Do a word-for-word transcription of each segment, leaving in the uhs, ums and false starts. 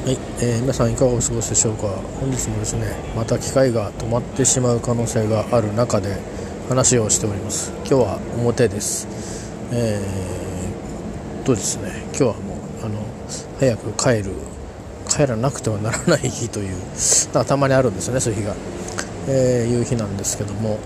はい、えー皆さんいかがお過ごしでしょうか。本日もですね、また機械が止まってしまう可能性がある中で話をしております。今日は表です。えー、とですね、今日はもうあの早く帰る帰らなくてはならない日という、なんかたまにあるんですよね、そういう日が、えー、いう日なんですけども、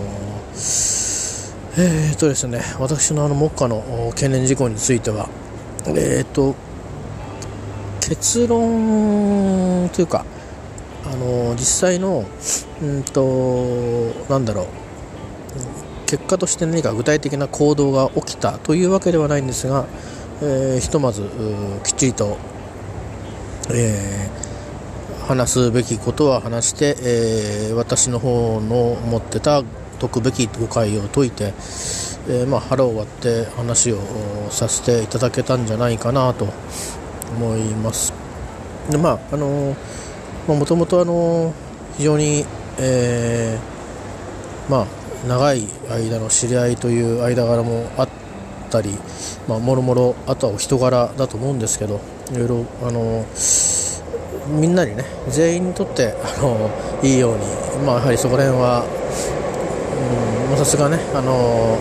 えーとですね、私のあの目下の懸念事項については、えーと結論というか、あの実際のうんとなんだろう結果として何か具体的な行動が起きたというわけではないんですが、えー、ひとまずきっちりと、えー、話すべきことは話して、えー、私の方の持ってた解くべき誤解を解いて、えーまあ、腹を割って話をさせていただけたんじゃないかなと思います。で、まああのもともとあの非常に、えー、まあ長い間の知り合いという間柄もあったり、まあもろもろあとはお人柄だと思うんですけど、いろいろあのみんなにね、全員にとってあのいいように、まあやはりそこら辺はさすがね、あの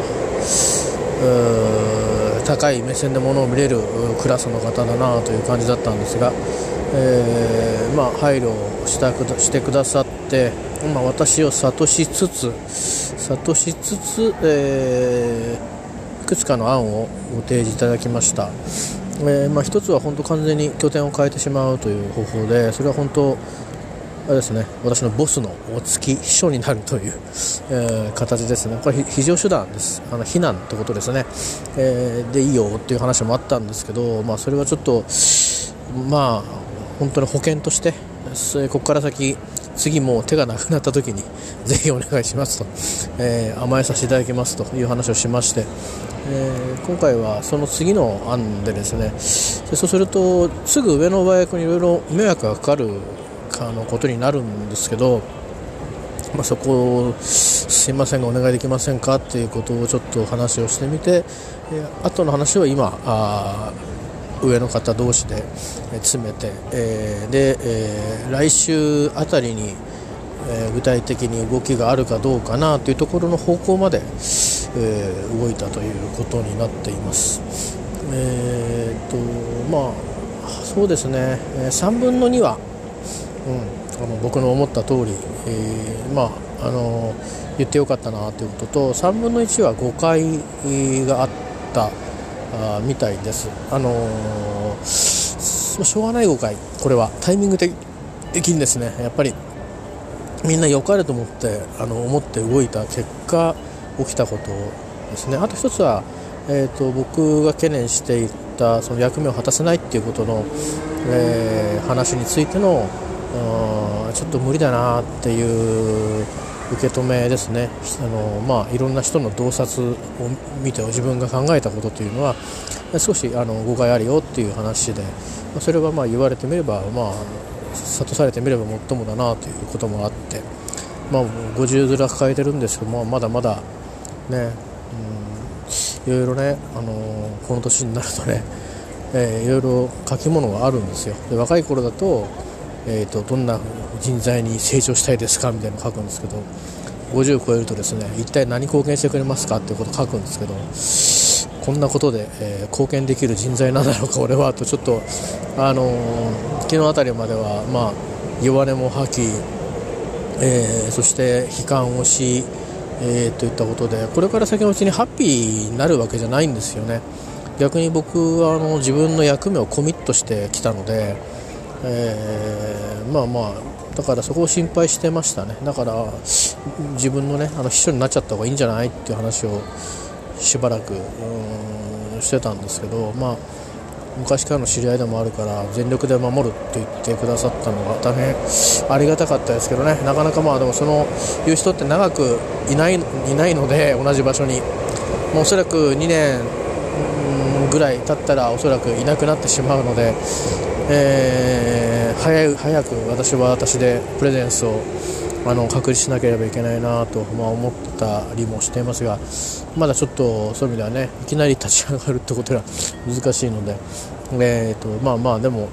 高い目線で物を見れるクラスの方だなという感じだったんですが、えーまあ、配慮をしたくしてくださって、まあ、私を諭しつつ諭しつつ、えー、いくつかの案をご提示いただきました。えーまあ、一つは本当完全に拠点を変えてしまうという方法で、それは本当あれですね、私のボスのお付き秘書になるという、えー、形ですね。これ非常手段です。あの避難ってことですね、えー、でいいよっていう話もあったんですけど、まあ、それはちょっとまあ本当に保険として、ここから先次もう手がなくなった時にぜひお願いしますと、えー、甘えさせていただきますという話をしまして、えー、今回はその次の案でですね、でそうするとすぐ上の大学にいろいろ迷惑がかかるかのことになるんですけど、まあ、そこをすいませんがお願いできませんかっていうことをちょっと話をしてみて、えー、後の話は今あ上の方同士で詰めて、えー、で、えー、来週あたりに、えー、具体的に動きがあるかどうかなというところの方向まで、えー、動いたということになっています。えー、とまあそうですね、さんぶんのには、うん、あの僕の思った通り、えー、まああの言ってよかったなということと、さんぶんのいちは誤解があったあみたいです。あのー、しょうがない誤解、これはタイミング的にですね、やっぱりみんな良かれと思ってあの思って動いた結果起きたことですね。あと一つは、えーと、僕が懸念していたその役目を果たせないっていうことの、えー、話についてのちょっと無理だなっていう受け止めですね。あの、まあ、いろんな人の洞察を見て自分が考えたことというのは少しあの誤解あるよっていう話で、それはまあ言われてみれば、まあ、諭されてみればもっともだなということもあって、まあ、ごじゅう面抱えてるんですけど、まあ、まだまだね、うん、いろいろね、あのこの年になるとね、えー、いろいろ書き物があるんですよ。で若い頃だとえー、とどんな人材に成長したいですかみたいなのを書くんですけど、ごじゅう超えるとですね、一体何貢献してくれますかっていうことを書くんですけど、こんなことで、えー、貢献できる人材なんだろうか俺はと、ちょっと、あのー、昨日あたりまでは、まあ、弱音も吐き、えー、そして悲観をし、えー、といったことで、これから先のうちにハッピーになるわけじゃないんですよね。逆に僕はあの自分の役目をコミットしてきたので、えー、まあまあだからそこを心配してましたね。だから自分のね、あの秘書になっちゃった方がいいんじゃないっていう話をしばらくうんしてたんですけど、まあ昔からの知り合いでもあるから全力で守るって言ってくださったのが大変ありがたかったですけどね。なかなかまあでもそのいう人って長くいない、いないので、同じ場所にもうおそらくにねんぐらい経ったらおそらくいなくなってしまうので、えー、早, 早く私は私でプレゼンスをあの確立しなければいけないなと、まあ、思ったりもしていますが、まだちょっとそういう意味ではね、いきなり立ち上がるってことは難しいので、えーとまあまあでも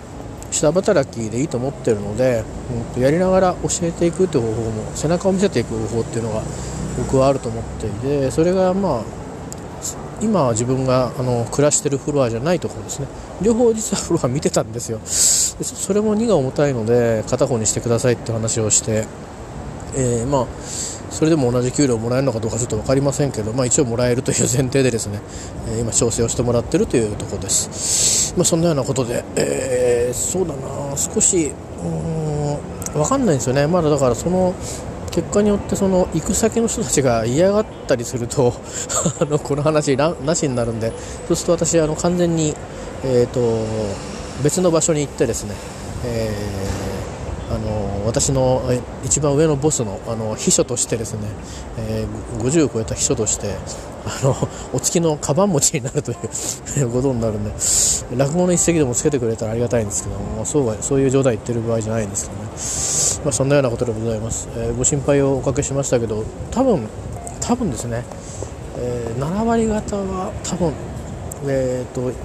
下働きでいいと思ってるので、うん、やりながら教えていくという方法も、背中を見せていく方法っていうのが僕はあると思っていて、それがまあ今は自分があの暮らしてるフロアじゃないところですね。両方実はフロア見てたんですよ。それも荷が重たいので片方にしてくださいって話をして、えー、まあそれでも同じ給料をもらえるのかどうかちょっと分かりませんけど、まあ、一応もらえるという前提でですね、えー、今調整をしてもらっているというところです。まあ、そんなようなことで、えー、そうだな、少しうーん分かんないんですよね。まだだからその結果によってその行く先の人たちが嫌がったりするとあのこの話 な, なしになるんで、そうすると私あの完全に、えー、と別の場所に行ってですね、えー、あの私の一番上のボス の, あの秘書としてですね、えー、ごじゅうを超えた秘書としてあのお付きのカバン持ちになるということになるんで、落語の一席でもつけてくれたらありがたいんですけども、そうはそういう状態言ってる場合じゃないんですけどね。まあ、そんなようなことでございます。えー、ご心配をおかけしましたけど、多分多分ですね、えー、なな割方は多分、えー、と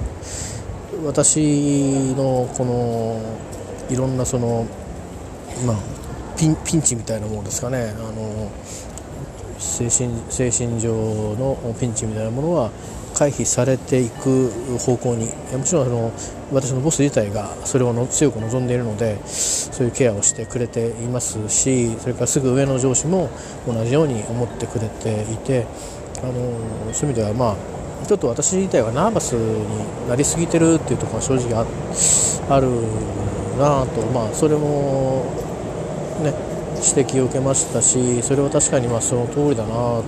私のこのいろんなその、まあ、ピン、ピンチみたいなものですかね、あの精神、精神上のピンチみたいなものは回避されていく方向に、もちろんあの私のボス自体がそれをの強く望んでいるので、そういうケアをしてくれていますし、それからすぐ上の上司も同じように思ってくれていて、あのそういう意味ではまあちょっと私自体がナーバスになりすぎてるっていうところが正直 あ, あるなと、まあ、それもね指摘を受けましたし、それは確かにまあその通りだなと思って、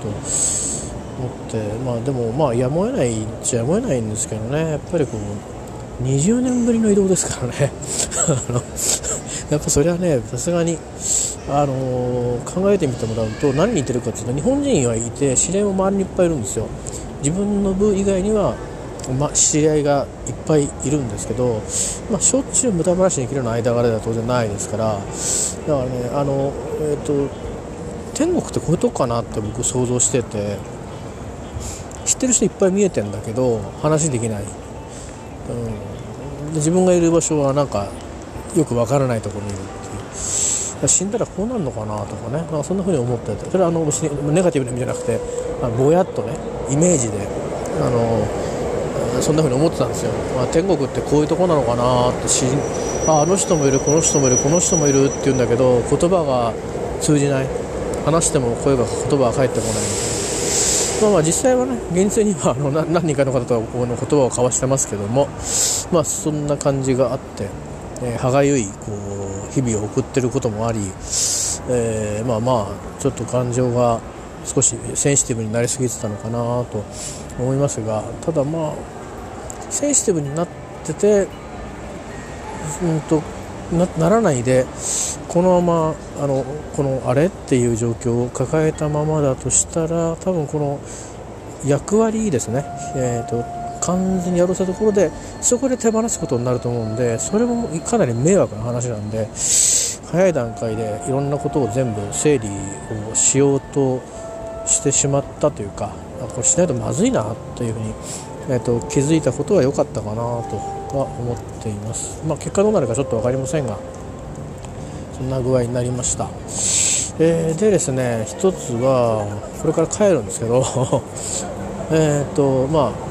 まあ、でもまあやむを得ないっちゃやむを得ないんですけどね、やっぱりこうにじゅうねんぶりの移動ですからねあのやっぱそれはね、さすがに、あのー、考えてみてもらうと何に似てるかというと、日本人はいて知り合いも周りにいっぱいいるんですよ。自分の部以外には、ま、知り合いがいっぱいいるんですけど、まあ、しょっちゅう無駄話に生きるような間柄では当然ないですから、だからね、あの、えーと、天国ってこういうとこかなって僕想像してて、知ってる人いっぱい見えてんだけど話できない、うん、で自分がいる場所はなんかよくわからないところにいるっていう、死んだらこうなるのかなとかね、なんかそんな風に思ってて、それはあの別にネガティブな意味じゃなくて、あぼやっとねイメージであのそんな風に思ってたんですよ。まあ、天国ってこういうとこなのかなってし あ, あの人もいるこの人もいるこの人もいるって言うんだけど、言葉が通じない、話しても声が言葉が返ってこないみたいな。まあ、まあ実際はね、現実にはあの何人かの方とこの言葉を交わしてますけども、まあそんな感じがあって、えー、歯がゆいこう日々を送ってることもあり、えー、まあまあちょっと感情が少しセンシティブになりすぎてたのかなと思いますが、ただまあセンシティブになってて、うんと な, ならないでこのままあのこのあれっていう状況を抱えたままだとしたら、多分この役割ですね、えーと完全にやろうとしたところでそこで手放すことになると思うんで、それもかなり迷惑な話なんで、早い段階でいろんなことを全部整理をしようとしてしまったというか、これしないとまずいなというふうに、えーと気づいたことは良かったかなとは思っています。まあ、結果どうなるかちょっと分かりませんが、そんな具合になりました。えー、でですね、一つはこれから帰るんですけどえっとまあ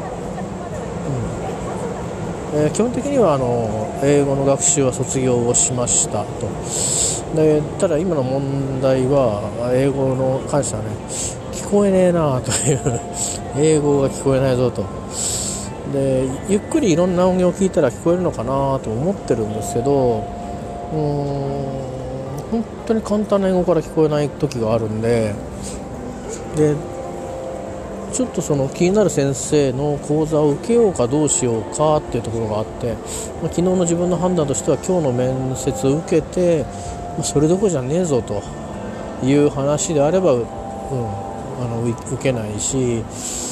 えー、基本的にはあの英語の学習は卒業をしましたと。でただ今の問題は英語の関してはね、聞こえねえなという英語が聞こえないぞと。でゆっくりいろんな音源を聞いたら聞こえるのかなと思ってるんですけど、うーん本当に簡単な英語から聞こえない時があるんで、でちょっとその気になる先生の講座を受けようかどうしようかっていうところがあって、まあ、昨日の自分の判断としては今日の面接を受けて、まあ、それどころじゃねえぞという話であれば、うん、あの受けないし、え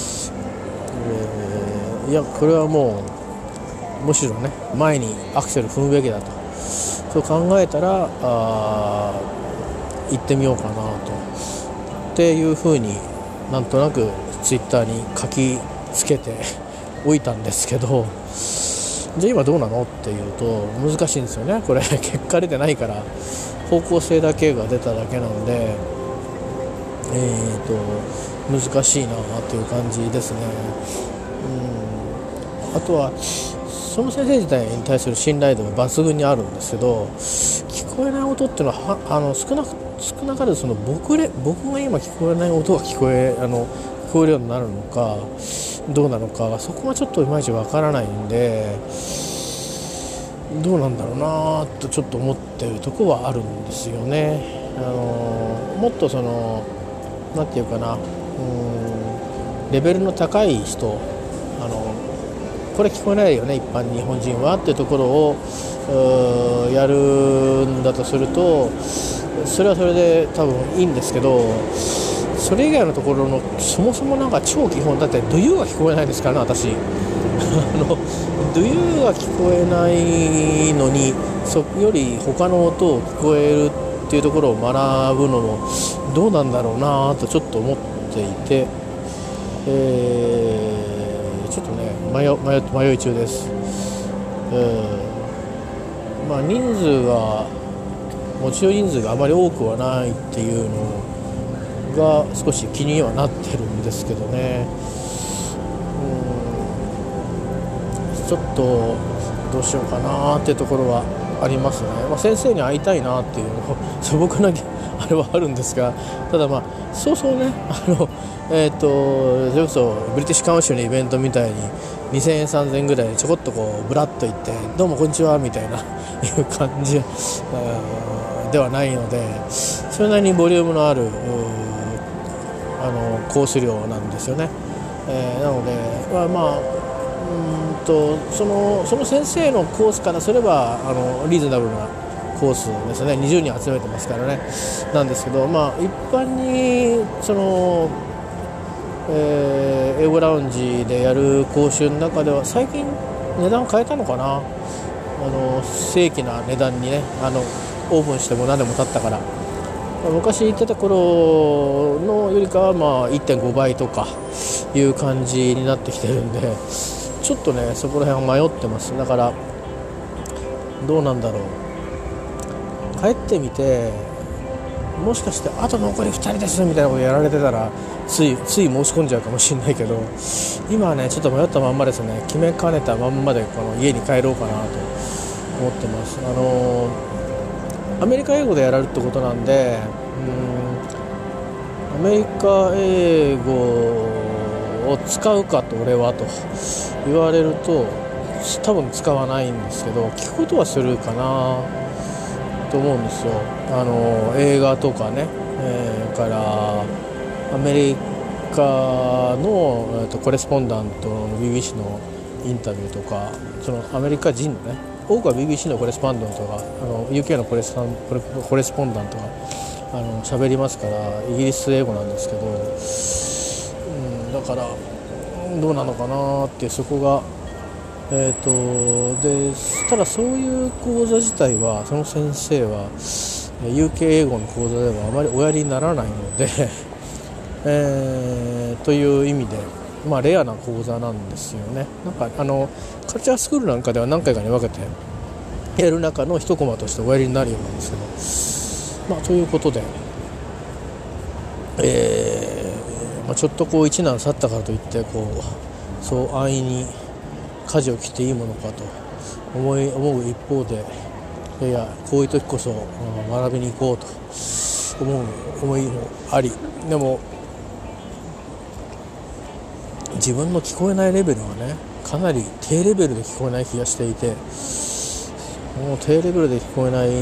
ー、いやこれはもうむしろね前にアクセル踏むべきだと、そう考えたらあ行ってみようかなとっていうふうになんとなくツイッターに書きつけておいたんですけど、 じゃあ今どうなのっていうと難しいんですよね。これ結果出てないから方向性だけが出ただけなんで、えーと難しいなという感じですね。うんあとはその先生自体に対する信頼度が抜群にあるんですけど、聞こえない音っていうのはあの少なく少なからずその僕れ僕が今聞こえない音が聞こえあの聞こえるようになるのかどうなのかそこがちょっといまいちわからないんで、どうなんだろうなとちょっと思っているところはあるんですよね。あのもっとそのなんていうかな、うんレベルの高い人、あのこれ聞こえないよね一般日本人はっていうところをやるんだとすると、それはそれで多分いいんですけど、それ以外のところのそもそもなんか超基本だってドゥユーが聞こえないですからね私あのドゥユーが聞こえないのにそれより他の音を聞こえるっていうところを学ぶのもどうなんだろうなとちょっと思っていて、えー、ちょっとね迷, 迷, 迷い中です。えー、まあ人数が持ち寄り人数があまり多くはないっていうのが少し気にはなってるんですけどね。うんちょっとどうしようかなっていうところはありますね。まあ、先生に会いたいなっていうのも素朴なあれはあるんですが、ただまあそうそうねあのえっ、ー、とそれこそブリティッシュカウンシルのイベントみたいににせんえんさんぜんえんぐらいでちょこっとこうブラッと行ってどうもこんにちはみたいないう感じではないので、それなりにボリュームのあるあのコース料なんですよね。えー、なので、まあ、まあうんとそのその先生のコースからすればあのリーズナブルなコースですね。にじゅうにん集めてますからねなんですけど、まあ一般にその、えー、英語ラウンジでやる講習の中では最近値段変えたのかな、あの正規な値段にね、あのオープンしても何年も経ったから、昔言ってた頃のよりかはまあ いってんごばいとかいう感じになってきてるんで、ちょっとねそこら辺は迷ってます。だからどうなんだろう、帰ってみてもしかしてあと残りふたりですみたいなことやられてたらついつい申し込んじゃうかもしれないけど、今はねちょっと迷ったまんまですね。決めかねたまんまでこの家に帰ろうかなと思ってます。あのーアメリカ英語でやられるってことなんで、うんアメリカ英語を使うかと俺はと言われると多分使わないんですけど、聞くことはするかなと思うんですよ。あの映画とかね、えー、からアメリカの、えー、とコレスポンダントの ビービーシー のインタビューとか、そのアメリカ人のね多くは ビービーシー のコレスポンダントがあの ユーケー のコレス、コレスポンダントがあの喋りますからイギリス英語なんですけど、うん、だからどうなのかなって、そこがえーとでただそういう講座自体はその先生は ユーケー 英語の講座ではあまりおやりにならないので、えー、という意味でまあレアな講座なんですよね。なんかあのカルチャースクールなんかでは何回かに分けてやる中の一コマとしておやりになるようなんですけど、まあということで、えーまあ、ちょっとこう一難去ったからといってこうそう安易に舵を切っていいものかと思い思う一方で、いやいやこういう時こそ学びに行こうと思う思いもあり、でも自分の聞こえないレベルはねかなり低レベルで聞こえない気がしていて、もう低レベルで聞こえないのに、うん、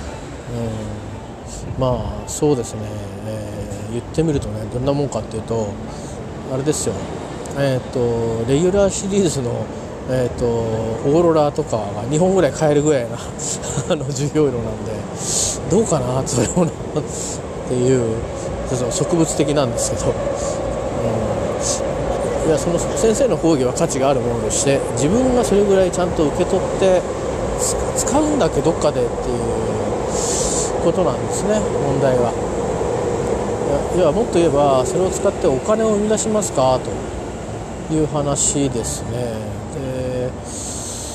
まあそうですね、えー、言ってみるとねどんなもんかっていうとあれですよ、えー、とレギュラーシリーズの、えー、とオーロラとかがにほんぐらい買えるぐらいなあの授業料なんでどうかなそれもなっていう植物的なんですけど、うん、いやその先生の講義は価値があるものとして自分がそれぐらいちゃんと受け取って使うんだっけどっかでっていうことなんですね、問題は。いや、いやもっと言えばそれを使ってお金を生み出しますかという話ですね。で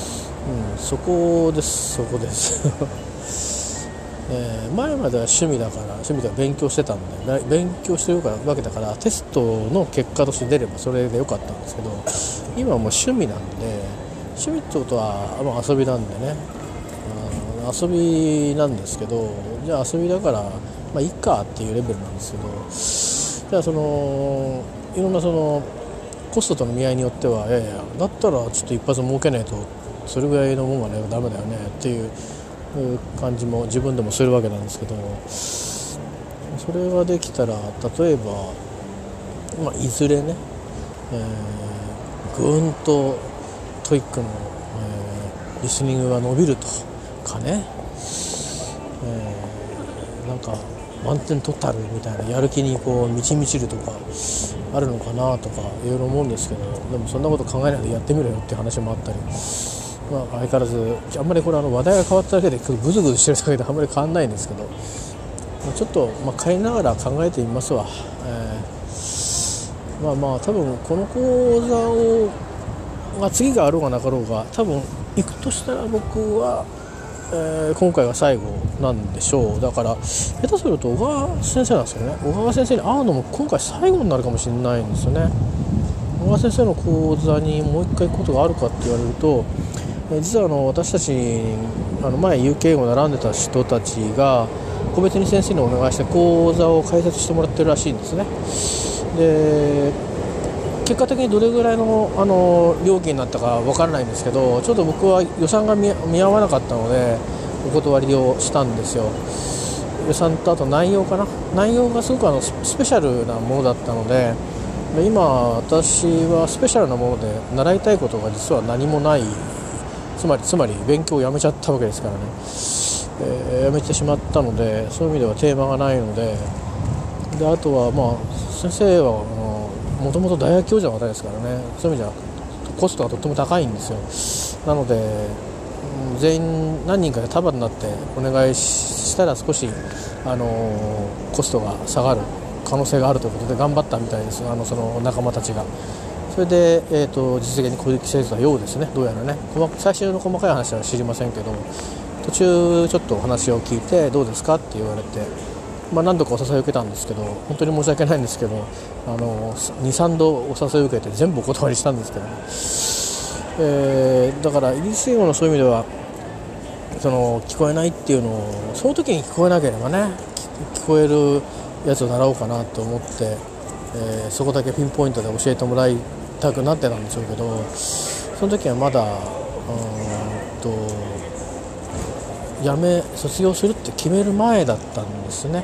うん、そこですそこですえー、前までは趣味だから趣味では勉強してたんで勉強してるわけだからテストの結果として出ればそれでよかったんですけど、今はもう趣味なんで、趣味ってことは、まあ、遊びなんでね、あ遊びなんですけど、じゃあ遊びだからまあいいかっていうレベルなんですけど、じゃあそのいろんなそのコストとの見合いによっては、いやいやだったらちょっと一発儲けないとそれぐらいのもんがねダメだよねっていう感じも自分でもするわけなんですけど、それができたら例えば、まあ、いずれね、えー、ぐーんとトイックの、えー、リスニングが伸びるとかね、えー、なんか満点取ったるみたいなやる気にこう満ち満ちるとかあるのかなとかいろいろ思うんですけど、でもそんなこと考えないでやってみろよっていう話もあったり、まあ、相変わらずあんまりこれあの話題が変わっただけでブズブズしてるだけであんまり変わんないんですけど、ちょっとまあ変えながら考えてみますわ。えー、まあまあ多分この講座を、まあ、次があろうがなかろうが多分行くとしたら僕は、えー、今回が最後なんでしょう。だから下手すると小川先生なんですよね。小川先生に会うのも今回最後になるかもしれないんですよね。小川先生の講座にもう一回行くことがあるかって言われると、実はあの私たちあの前 ユーケー を習んでた人たちが個別に先生にお願いして講座を開設してもらってるらしいんですね。で結果的にどれぐらい の, あの料金になったかわからないんですけど、ちょっと僕は予算が 見, 見合わなかったのでお断りをしたんですよ。予算とあと内容かな内容がすごくあのスペシャルなものだったので、今私はスペシャルなもので習いたいことが実は何もない、つまりつまり勉強をやめちゃったわけですからね、えー、やめてしまったので、そういう意味ではテーマがないので、であとはまあ先生はもともと大学教授の方ですからね、そういう意味ではコストがとっても高いんですよ。なので全員何人かで束になってお願いしたら少し、あのー、コストが下がる可能性があるということで頑張ったみたいです。あのその仲間たちがそれで、えー、と実現に攻撃せずたようですね。どうやらね、最終の細かい話は知りませんけど、途中ちょっとお話を聞いてどうですかって言われて、まあ、何度かお誘いを受けたんですけど、本当に申し訳ないんですけど、あの にさんどお誘いを受けて全部お断りしたんですけど、ねえー、だからイギリス英語のそういう意味ではその聞こえないっていうのをその時に聞こえなければね、聞こえるやつを習おうかなと思って、えー、そこだけピンポイントで教えてもらいたくなってたんでしょうけど、その時はまだうんと辞め卒業するって決める前だったんですね。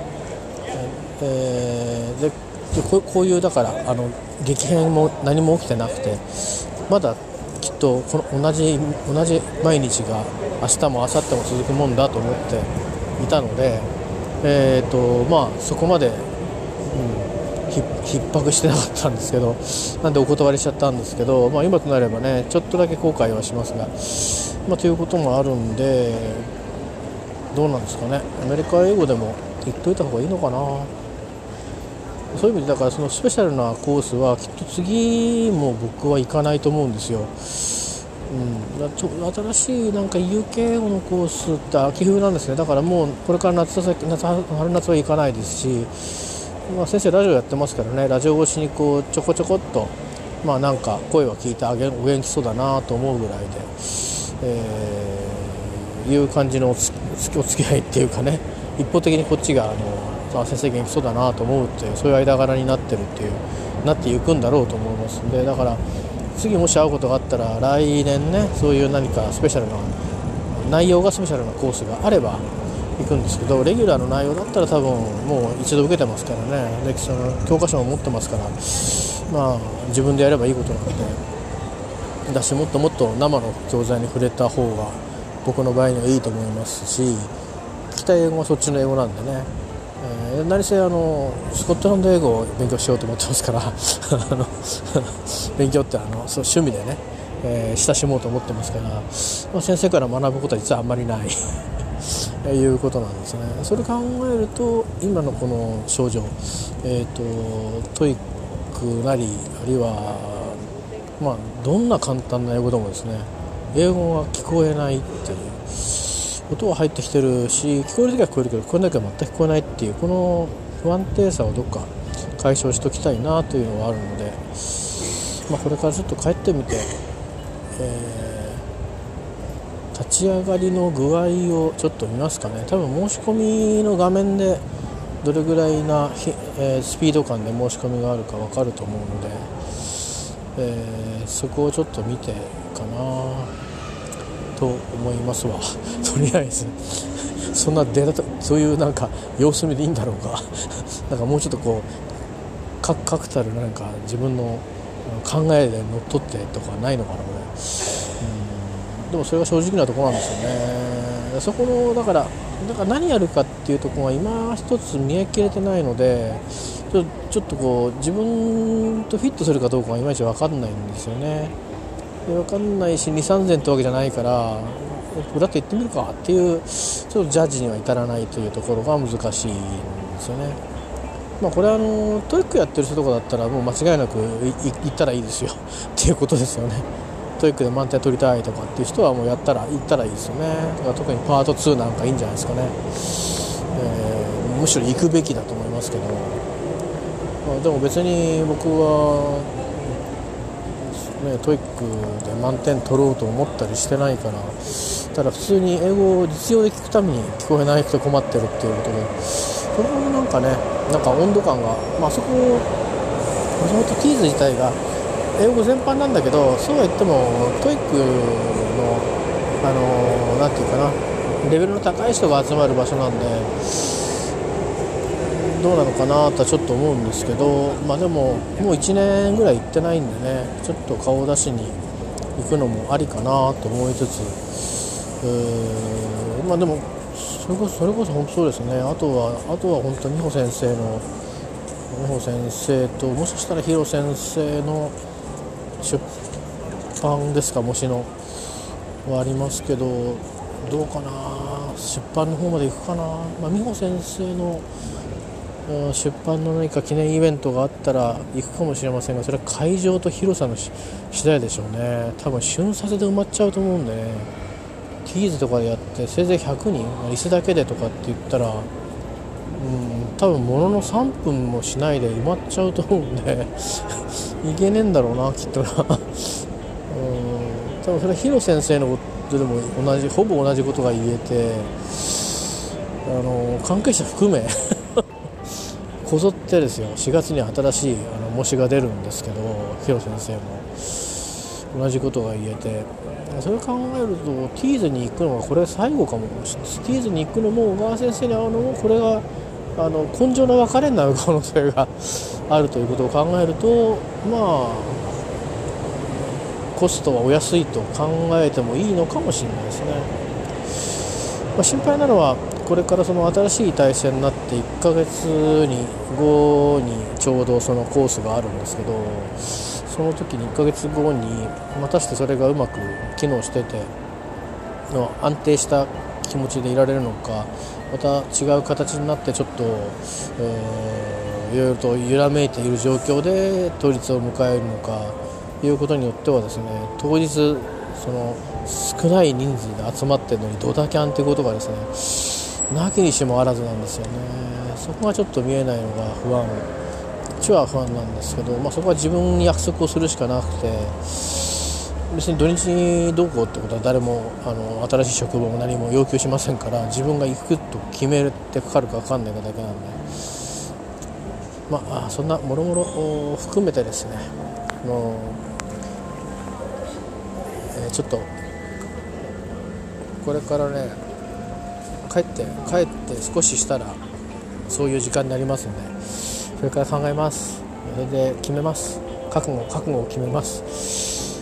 えー、でこ う, こういうだからあの激変も何も起きてなくて、まだきっとこの同じ同じ毎日が明日も明後日も続くもんだと思っていたので、えーとまあ、そこまで、うん、逼迫してなかったんですけど、なんでお断りしちゃったんですけど、まあ、今となればねちょっとだけ後悔はしますが、まあ、ということもあるんでどうなんですかね。アメリカ英語でも言っといた方がいいのかな。そういう意味でだからそのスペシャルなコースはきっと次も僕は行かないと思うんですよ。うん、だちょ新しいなんか ユーケー 英語のコースって秋冬なんですね。だからもうこれから夏先夏春夏は行かないですし、まあ、先生ラジオやってますからね、ラジオ越しにこうちょこちょこっとまあなんか声を聞いてあげるお元気そうだなと思うぐらいで、えー、いう感じのお付き合いっていうかね、一方的にこっちがあの先生元気そうだなと思うっていうそういう間柄になってるっていうなっていくんだろうと思いますんで、だから次もし会うことがあったら来年ねそういう何かスペシャルな内容がスペシャルなコースがあれば行くんですけど、レギュラーの内容だったら多分もう一度受けてますからね、歴史の教科書も持ってますから、まあ自分でやればいいことなんでだし、もっともっと生の教材に触れた方が僕の場合にはいいと思いますし、聞きたい英語はそっちの英語なんでね、えー、何せあのスコットランド英語を勉強しようと思ってますからあの勉強ってあのそう趣味でね、えー、親しもうと思ってますから、まあ、先生から学ぶことは実はあんまりないいうことなんですね。それ考えると今のこの症状、えーと、トイックなりあるいは、まあ、どんな簡単な英語でもですね、 英語が聞こえないっていう、音は入ってきてるし聞こえる時は聞こえるけど聞こえない時は全く聞こえないっていう、この不安定さをどっか解消しておきたいなというのがあるので、まあ、これからちょっと帰ってみて、えー、立ち上がりの具合をちょっと見ますかね。多分申し込みの画面でどれぐらいな、えー、スピード感で申し込みがあるか分かると思うので、えー、そこをちょっと見てかなと思いますわとりあえずそんなデータ、そういうなんか様子見でいいんだろうかなんかもうちょっとこう確確たるなんか自分の考えで乗っ取ってとかないのかな、これ。うん、でもそれが正直なところなんですよね。そこのだからだから何やるかっていうところが今一つ見え切れてないので、ちょ、ちょっとこう自分とフィットするかどうかがいまいち分かんないんですよね。で分かんないしにさんぜんってわけじゃないから、だって行ってみるかっていうちょっとジャッジには至らないというところが難しいんですよね。まあ、これはあのトイックやってる人とかだったらもう間違いなく行ったらいいですよっていうことですよね。トイックで満点取りたいとかっていう人はもうやったら行ったらいいですよね。だから特にパートツーなんかいいんじゃないですかね。えー、むしろ行くべきだと思いますけど、まあ、でも別に僕はね、トイックで満点取ろうと思ったりしてないから、ただ普通に英語を実用で聞くために聞こえないと困ってるっていうことで、それもなんかね、なんか温度感が、まあそこもともとティーズ自体が英語全般なんだけど、そうは言ってもトイックのあのなんていうかな、レベルの高い人が集まる場所なんで、どうなのかなとはちょっと思うんですけど、まあでももういちねんぐらい行ってないんでね、ちょっと顔出しに行くのもありかなと思いつつ、えー、まあでもそれこそそれこそ本当そうですね。あとはあとは本当に美穂先生の美穂先生と、もしかしたらヒロ先生の出版ですか、模試のはありますけど、どうかな、出版の方まで行くかな。まあ、美穂先生の出版の何か記念イベントがあったら行くかもしれませんが、それは会場と広さの次第でしょうね。多分瞬殺で埋まっちゃうと思うんでね、ティーズとかでやってせいぜいひゃくにん椅子だけでとかって言ったら、うん、多分もののさんぷんもしないで埋まっちゃうと思うんでいけねえんだろうな、きっとなうん、多分それはヒロ先生のことでも同じほぼ同じことが言えて、あの関係者含めこぞってですよ、しがつに新しいあの模試が出るんですけど、ヒロ先生も同じことが言えて、それを考えるとティーズに行くのがこれ最後かも。ティーズに行くのも小川先生に会うのもこれがあの根性の別れになる可能性があるということを考えると、まあコストはお安いと考えてもいいのかもしれないですね。まあ、心配なのはこれからその新しい体制になっていっかげつにごにちょうどそのコースがあるんですけど、その時にいっかげつごにまたしてそれがうまく機能してての安定した気持ちでいられるのか、また違う形になってちょっと、えー、いろいろと揺らめいている状況で当日を迎えるのかいうことによってはですね、当日その少ない人数で集まっているのにドタキャンということがですねなきにしもあらずなんですよね。そこがちょっと見えないのが不安ちは不安なんですけど、まあ、そこは自分に約束をするしかなくて、別に土日にどうこうってことは誰もあの新しい職場も何も要求しませんから、自分が行くと決めてかかるか分かんないだけなんで、まあそんなもろもろ含めてですね、あの、えー、ちょっとこれからね帰って帰って少ししたらそういう時間になりますので、それから考えます。それで決めます。覚悟覚悟を決めます。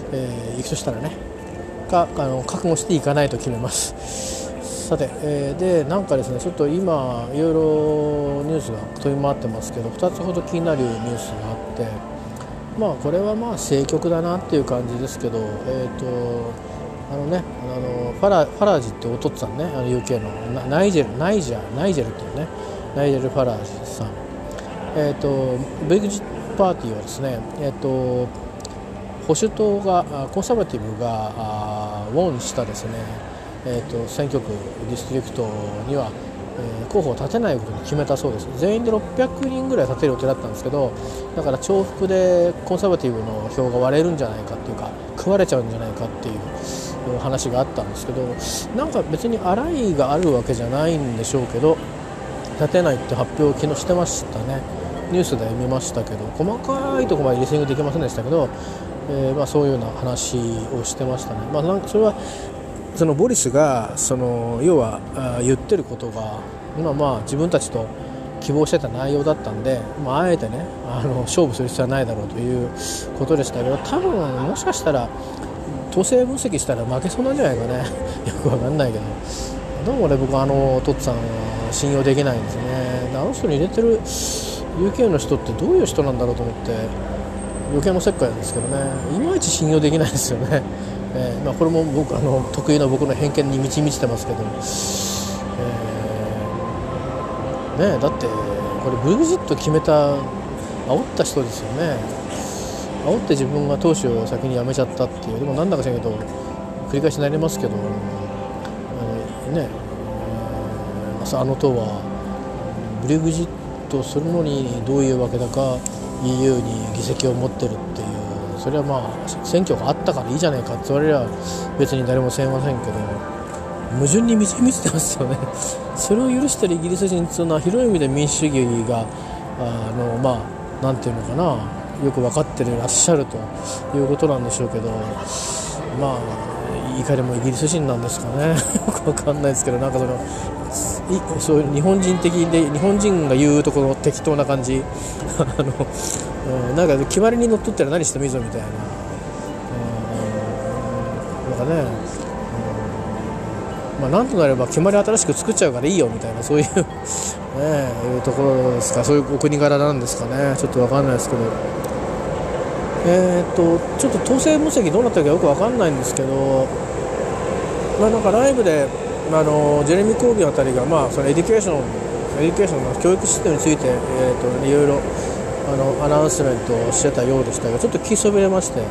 えー、行くとしたらねかあの覚悟していかないと決めます。さて、えー、でなんかですね、ちょっと今いろいろニュースが飛び回ってますけど、ふたつほど気になるニュースがあって、まあこれはまあ政局だなっていう感じですけど、えっ、ー、とあのねあのファラファラージってお父さんね、あの ユーケー のナイジェルナイジャーナイジェルっていうねナイジェル・ファラージさん、えーとブレグジットパーティーはですね、えーと保守党がコンサバティブがウォンしたですね、えー、と選挙区ディストリクトには、えー、候補を立てないことに決めたそうです。全員でろっぴゃくにんぐらい立てる予定だったんですけど、だから重複でコンサバティブの票が割れるんじゃないかっていうか食われちゃうんじゃないかっていう話があったんですけど、なんか別に荒いがあるわけじゃないんでしょうけど、立てないって発表を昨日してましたね。ニュースで見ましたけど、細かいところまでリスニングできませんでしたけど、えーまあ、そういうような話をしてましたね。まあ、なんかそれはそのボリスがその要は言ってることが今まあ自分たちと希望してた内容だったんで、まあ、あえてねあの勝負する必要はないだろうということでしたけど、多分もしかしたら統制分析したら負けそうなんじゃないかねよくわかんないけど、どうも俺僕はあのトッツさんは信用できないんですね。あの人に入れてる ユーケー の人ってどういう人なんだろうと思って余計なおせっかいなんですけどね、いまいち信用できないですよね。えーまあ、これも僕あの得意な僕の偏見に満ち満ちてますけど、えーね、だってこれブレグジット決めた煽った人ですよね。煽って自分が党首を先に辞めちゃったっていう。でもなんだかしらけど繰り返しになりますけど、あのね、えー、あの党はブレグジットするのにどういうわけだか イーユー に議席を持ってるっていう、それはまあ選挙があったからいいじゃないかって言われれば別に誰もせんませんけど、矛盾に満ち満ちてますよねそれを許してるイギリス人っていうのは広い意味で民主主義があのまあなんていうのかな、よく分かってるらっしゃるということなんでしょうけど、まあいかにもイギリス人なんですかねよく分かんないですけど、なんかそのそういう日本人的で日本人が言うところ適当な感じあの、うん、なんか決まりにのっとったら何してもいいぞみたいな、うん、なんかね、うん、まあなんとなれば決まり新しく作っちゃうからいいよみたいな、そういうねいうところですか。そういうお国柄なんですかね、ちょっと分かんないですけど、えー、っとちょっと統制分析どうなったかよく分かんないんですけど、まあなんかライブであのジェレミー・コービンあたりが、まあ、そのエデュケーションエデュケーションの教育システムについて、えー、といろいろあのアナウンスメントをしてたようでしたが、ちょっと聞きそびれまして、え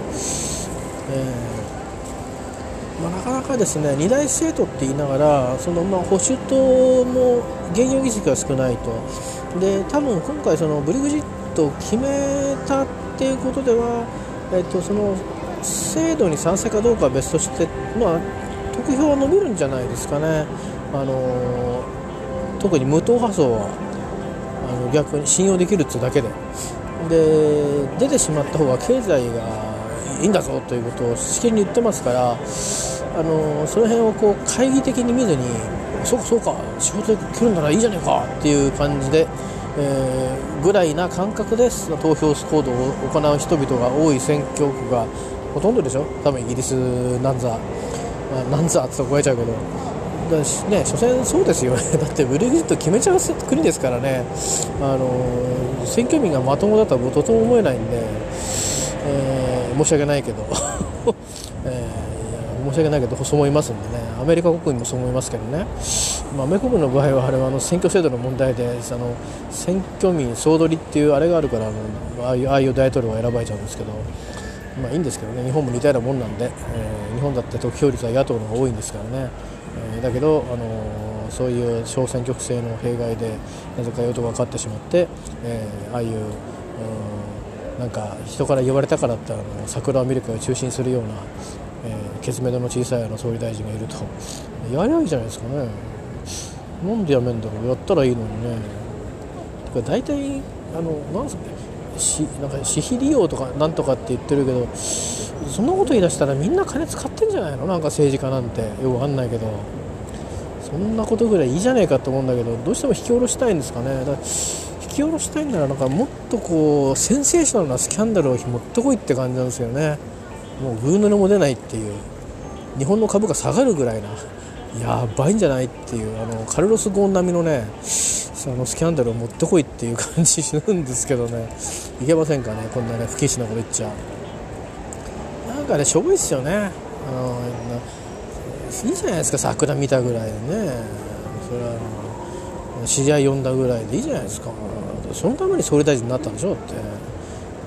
ーまあ、なかなかですねに大政党って言いながらその、まあ、保守党も現有議席が少ないと。で多分今回そのブレグジットを決めたっていうことでは、えー、とその制度に賛成かどうかは別として、まあ得票は伸びるんじゃないですかね。あの特に無党派層はあの逆に信用できるっていうだけでで出てしまった方が経済がいいんだぞということをしきりに言ってますから、あのその辺をこう懐疑的に見ずに、そうかそうか仕事で来るんだらいいじゃないかっていう感じで、えー、ぐらいな感覚で投票行動を行う人々が多い選挙区がほとんどでしょ。多分イギリスなんざなんざって超えちゃうけど、だしね、所詮そうですよねだってブレグジット決めちゃう国ですからね、あの選挙民がまともだとはとても思えないんで、えー、申し訳ないけど、えー、申し訳ないけどそう思いますんでね。アメリカ国民もそう思いますけどね、まあ、アメリカ国の場合はあれはあの選挙制度の問題で、あの選挙民総取りっていうあれがあるから、あのああいう、ああいう大統領が選ばれちゃうんですけど、まあいいんですけどね、日本も似たようなもんなんで、えー、日本だって得票率は野党の方が多いんですからね、えー、だけど、あのー、そういう小選挙区制の弊害でなぜか与党が勝ってしまって、えー、ああいう、うん、なんか人から言われたからってあの桜を見る会を中心するような、えー、ケツメドの小さいあの総理大臣がいるとやりゃいいじゃないですかね。なんでやめんだろう、やったらいいのにね。てか大体あのなんすかしなんか私費利用とかなんとかって言ってるけど、そんなこと言い出したらみんな金使ってんじゃないの、なんか政治家なんてよくわかんないけど、そんなことぐらいいいじゃないかと思うんだけど、どうしても引き下ろしたいんですかね。だから引き下ろしたいんならなんかもっとこうセンセーショナルなスキャンダルを持ってこいって感じなんですよね。もうグーの音も出ないっていう、日本の株価下がるぐらいなやばいんじゃないっていう、あのカルロス・ゴーン並みのねそのスキャンダルを持ってこいっていう感じするんですけどね、いけませんかね、こんなね不謹慎なこと言っちゃう。なんかねしょぼいっすよね。あのいいじゃないですか、桜見たぐらいでね、それはあの知り合い呼んだぐらいでいいじゃないですか。そのために総理大臣になったんでしょって、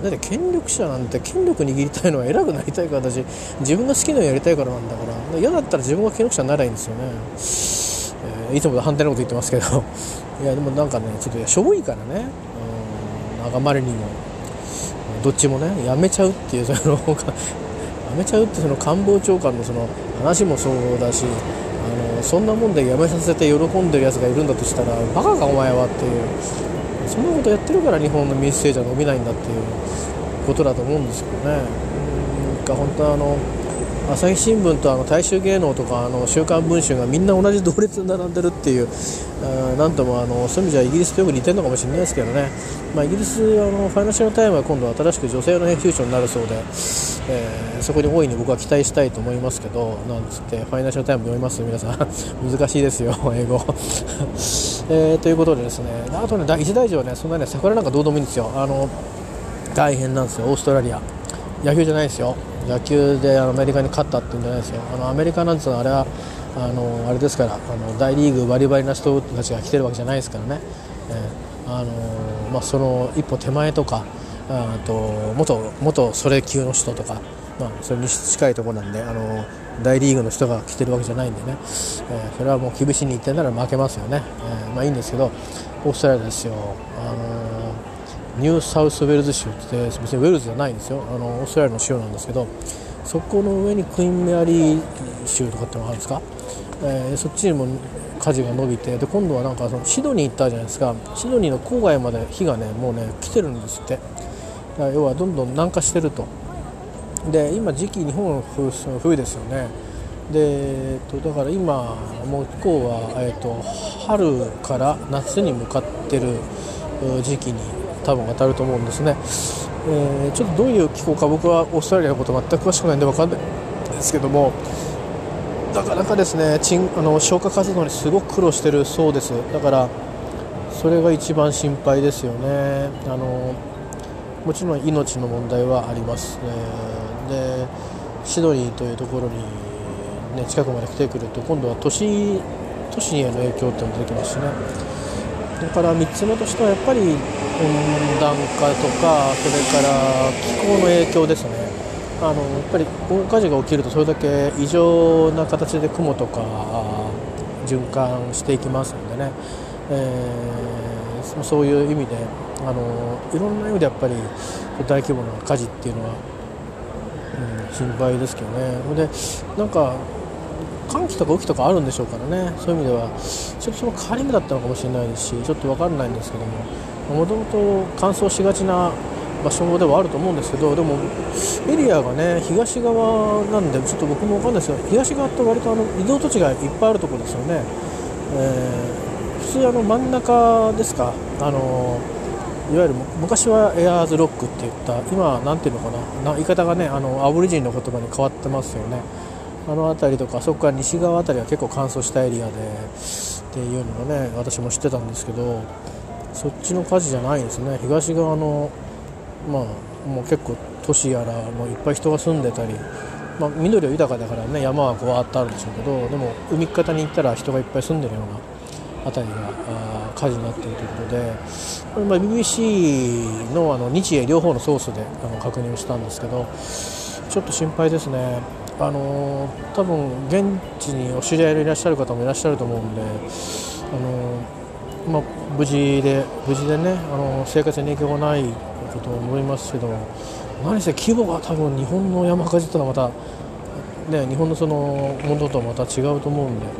だって権力者なんて権力握りたいのは偉くなりたいからだし、自分が好きなのをやりたいからなんだから、嫌だったら自分が権力者にならないんですよね、えー、いつも反対のこと言ってますけどいやでもなんかねちょっとしょぼいからね、うん、なんかあまりにもどっちもねやめちゃうっていうそのやめちゃうってその官房長官のその話もそうだし、あのそんなもんでやめさせて喜んでるやつがいるんだとしたらバカかお前はっていう、そんなことやってるから日本の民主政治は伸びないんだっていうことだと思うんですけどね。うんか本当はあの朝日新聞とあの大衆芸能とかあの週刊文春がみんな同じ同列に並んでるっていう、あなんともあのそういう意味じゃイギリスとよく似てるのかもしれないですけどね、まあ、イギリスあのファイナンシャルタイムは今度は新しく女性の編集長になるそうで、えー、そこに大いに僕は期待したいと思いますけど、なんつってファイナンシャルタイム読みます皆さん難しいですよ英語、えー、ということでですね、あとね一大事はねそんなね桜なんかどうでもいいんですよ。あの大変なんですよオーストラリア、野球じゃないですよ、野球でアメリカに勝ったっていうんじゃないですよ。あのアメリカなんていうのはあれはあのあれですから、あの大リーグバリバリな人たちが来てるわけじゃないですからね、えーあのまあ、その一歩手前とか、あと元元それ級の人とか、まあ、それに近いところなんで、あの大リーグの人が来てるわけじゃないんでね、えー、それはもう厳しいにいってんなら負けますよね、えー、まあいいんですけど、オーストラリアですよ、あのニューサウスウェルズ州って別にウェルズじゃないんですよ、あのオーストラリアの州なんですけど、そこの上にクイーンメアリー州とかってのがあるんですか、えー、そっちにも火事が伸びて、で今度はなんかそのシドニー行ったじゃないですか、シドニーの郊外まで火がねもうね来てるんですって。だから要はどんどん南下してると。で今時期日本の 冬, 冬ですよね。で、えっと、だから今もう向こうは、えっと、春から夏に向かってる時期に多分当たると思うんですね、えー、ちょっとどういう気候か僕はオーストラリアのこと全く詳しくないんで分かんないんですけども、なかなかですねちんあの消火活動にすごく苦労してるそうです。だからそれが一番心配ですよね。あのもちろん命の問題はあります、えー、でシドニーというところに、ね、近くまで来てくると今度は都市都市への影響っていうのも出てきますしね。だからみっつめとしてはやっぱり温暖化とか、それから気候の影響ですね。あのやっぱり大火事が起きるとそれだけ異常な形で雲とか循環していきますのでね、えー、そういう意味であのいろんな意味でやっぱり大規模な火事っていうのは、うん、心配ですけどね。でなんか寒気とか雨季とかあるんでしょうからね、そういう意味ではちょっとその変わり目だったのかもしれないですし、ちょっと分からないんですけども、もともと乾燥しがちな場所ではあると思うんですけど、でもエリアがね東側なんでちょっと僕も分かんないですけど、東側って割とあの移動土地がいっぱいあるところですよね、えー、普通あの真ん中ですか、あのいわゆる昔はエアーズロックって言った今なんていうのかな、な言い方がねあのアボリジンの言葉に変わってますよね。あの辺りとかそこから西側辺りは結構乾燥したエリアでっていうのがね私も知ってたんですけど、そっちの火事じゃないんですね。東側のまあもう結構都市やらもういっぱい人が住んでたり、まあ、緑は豊かだからね山はこうわーっとあるんでしょうけど、でも海方に行ったら人がいっぱい住んでるような辺りが火事になっているということで、これまあ ビービーシー の, あの日英両方のソースであの確認したんですけど、ちょっと心配ですね。あのー、多分現地にお知り合いでいらっしゃる方もいらっしゃると思うんで、あのーまあ、無事で無事でね、あのー、生活に影響がないことを思いますけど、何せ規模が多分日本の山火事とはまた、ね、日本のそのものとはまた違うと思うんで、うん、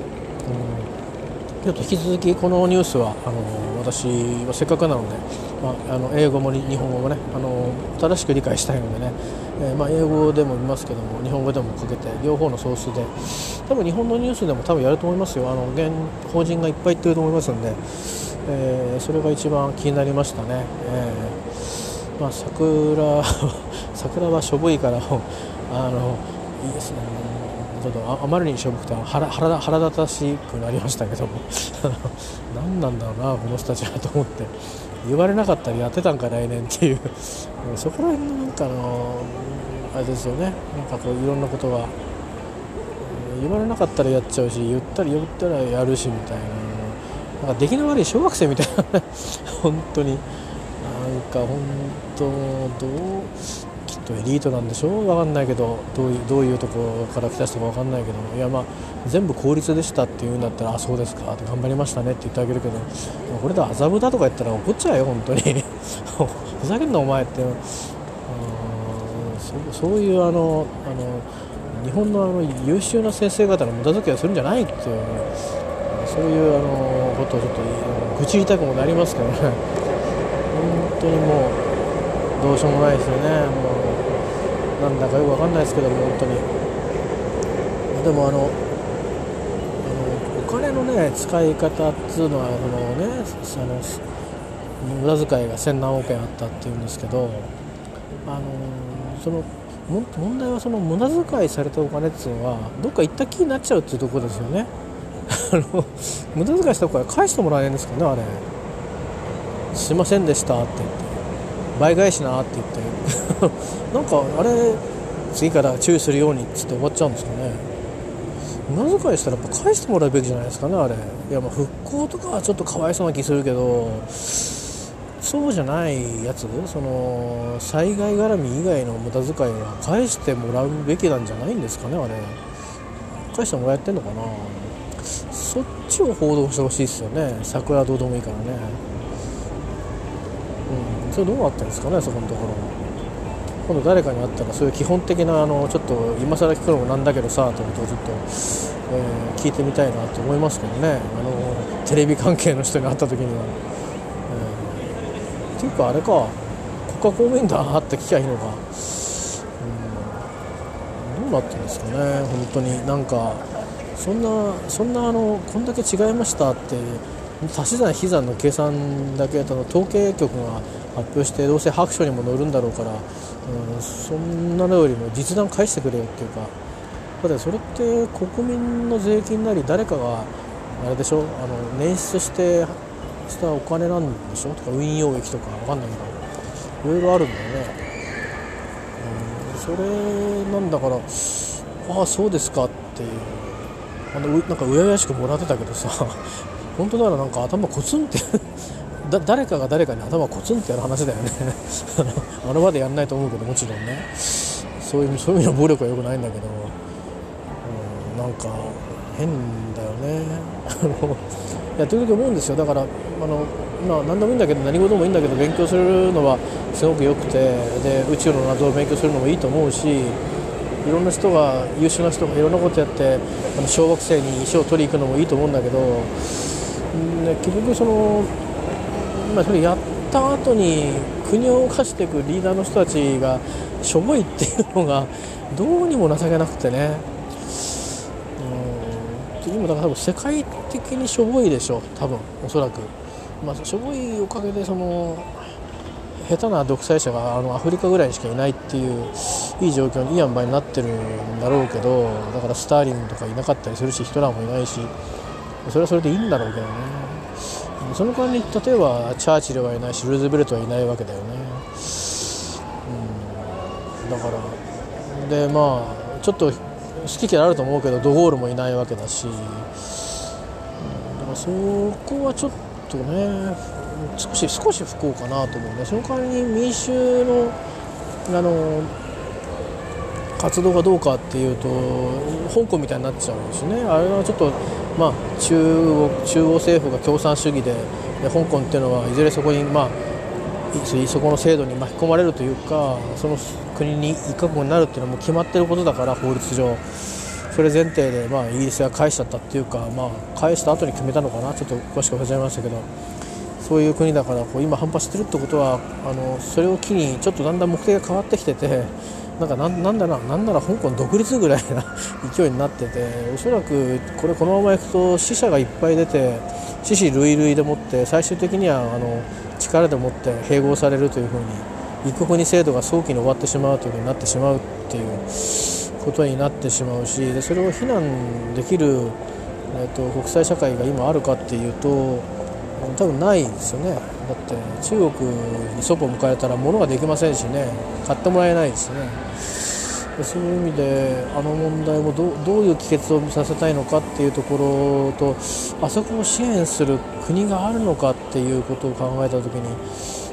ちょっと引き続きこのニュースはあの私はせっかくなので、まあ、あの英語も日本語もねあの正しく理解したいのでね、えーまあ、英語でも見ますけども日本語でもかけて両方のソースで多分日本のニュースでも多分やると思いますよ。あの現法人がいっぱい言ってると思いますので、えー、それが一番気になりましたね。えーまあ、桜桜はしょぼいからあのいいですね。ちょっと あ, あまりにしょぼくて 腹, 腹, 腹立たしくなりましたけども何なんだろうなこの人たちはと思って、言われなかったらやってたんか来年っていうそこら辺のなんかのあれですよね。なんかこういろんなことが言われなかったらやっちゃうし、言ったら言ったらやるしみたいな、なんか出来の悪い小学生みたいなね本当になんか本当どうきっとエリートなんでしょう、分かんないけど、どういうどういうところから来た人か分かんないけど、いやまあ全部公立でしたっていうんだったら、あそうですかって頑張りましたねって言ってあげるけど、これで麻布だとか言ったら怒っちゃうよ本当にふざけんなお前って、うん、そ, そういうあのあの日本のあの優秀な先生方の無駄遣いをするんじゃないっていう、そういうあのことをちょっと愚痴りたくもなりますけどね、本当にもうどうしようもないですよね。もうなんだかよく分かんないですけども、本当にでもあのお金のね使い方っていうのはそのね、あの無駄遣いがせんなんおくえんあったっていうんですけど、あのその問題はその無駄遣いされたお金っていうのはどっか行った気になっちゃうっていうところですよねあの無駄遣いしたお金返してもらえないんですかね、あれすいませんでしたって言って倍返しなって言ってなんかあれ次から注意するようにっつって終わっちゃうんですかね。無駄遣いしたらやっぱ返してもらうべきじゃないですかね、あれ。いやまあ復興とかはちょっとかわいそうな気するけど、そうじゃないやつ、その災害絡み以外の無駄遣いは返してもらうべきなんじゃないんですかね、あれ。返してもらえてんのかな。そっちを報道してほしいですよね。桜どうでもいいからね。うん、それどうなってるんですかね、そこのところ。今度誰かに会ったらそういう基本的なあのちょっと今更聞くのもなんだけどさということをちょっと、えー、聞いてみたいなと思いますけどね、あのテレビ関係の人に会った時には、えー、っていうかあれか国家公務員だって聞きゃいいのか、うん、どうなってるんですかね本当に。なんかそんなそんなあのこんだけ違いましたって足し算引き算の計算だけあの統計局が発表してどうせ白書にも載るんだろうから、うん、そんなのよりも実弾返してくれよっていうか、だってそれって国民の税金なり誰かがあれでしょ、あの捻出してしたお金なんでしょとか運用益とかわかんないけどいろいろあるんだよね、うん、それなんだからああそうですかっていう、あのなんかうややしくもらってたけどさ本当ならなんか頭コツンってだ誰かが誰かに頭コツンってやる話だよねあの場でやんないと思うけど、もちろんねそういうそういう意味の暴力は良くないんだけど、うん、なんか変だよねいや時々思うんですよ。だからあの、まあ、何でもいいんだけど何事もいいんだけど勉強するのはすごく良くて、で宇宙の謎を勉強するのもいいと思うし、いろんな人が優秀な人がいろんなことやってあの小惑星に石を取りに行くのもいいと思うんだけど、ね、結局その、まあ、それやった後に国を動かしていくリーダーの人たちがしょぼいっていうのがどうにも情けなくてね、うん、今だから多分世界的にしょぼいでしょ多分おそらく、まあ、しょぼいおかげでその下手な独裁者があのアフリカぐらいにしかいないっていういい状況にいい塩梅になってるんだろうけど、だからスターリンとかいなかったりするしヒトラーもいないし、それはそれでいいんだろうけどね。その代わりに例えばチャーチルはいないしルーズベルトはいないわけだよね、うん、だからでまあちょっと好き嫌いあると思うけどドゴールもいないわけだし、うん、だからそこはちょっとね少し少し不幸かなと思うね。その代わりに民衆のあの活動がどうかっていうと香港みたいになっちゃうしね。あれはちょっとまあ中央、中央政府が共産主義 で, で香港っていうのはいずれそこにまあそこの制度に巻き込まれるというか、その国に一カ国になるっていうのはもう決まってることだから法律上それ前提でまあイギリスが返しちゃったっていうか、まあ返した後に決めたのかな、ちょっと詳しく忘れちゃいましたけど、そういう国だからこう今反発してるってことはあのそれを機にちょっとだんだん目的が変わってきてて、なんか な, なんだななんなら香港独立ぐらいな勢いになってて、おそらくこれこのままいくと死者がいっぱい出て死死類類でもって最終的にはあの力でもって併合されるというふうに一国二制度が早期に終わってしまうというふうになってしまうっていうことになってしまうし、でそれを非難できる、えー、と国際社会が今あるかっていうと多分ないですよね。だって中国にそこを迎えたら物ができませんしね、買ってもらえないですね。そういう意味であの問題を ど, どういう帰結をさせたいのかっていうところと、あそこを支援する国があるのかっていうことを考えたときに、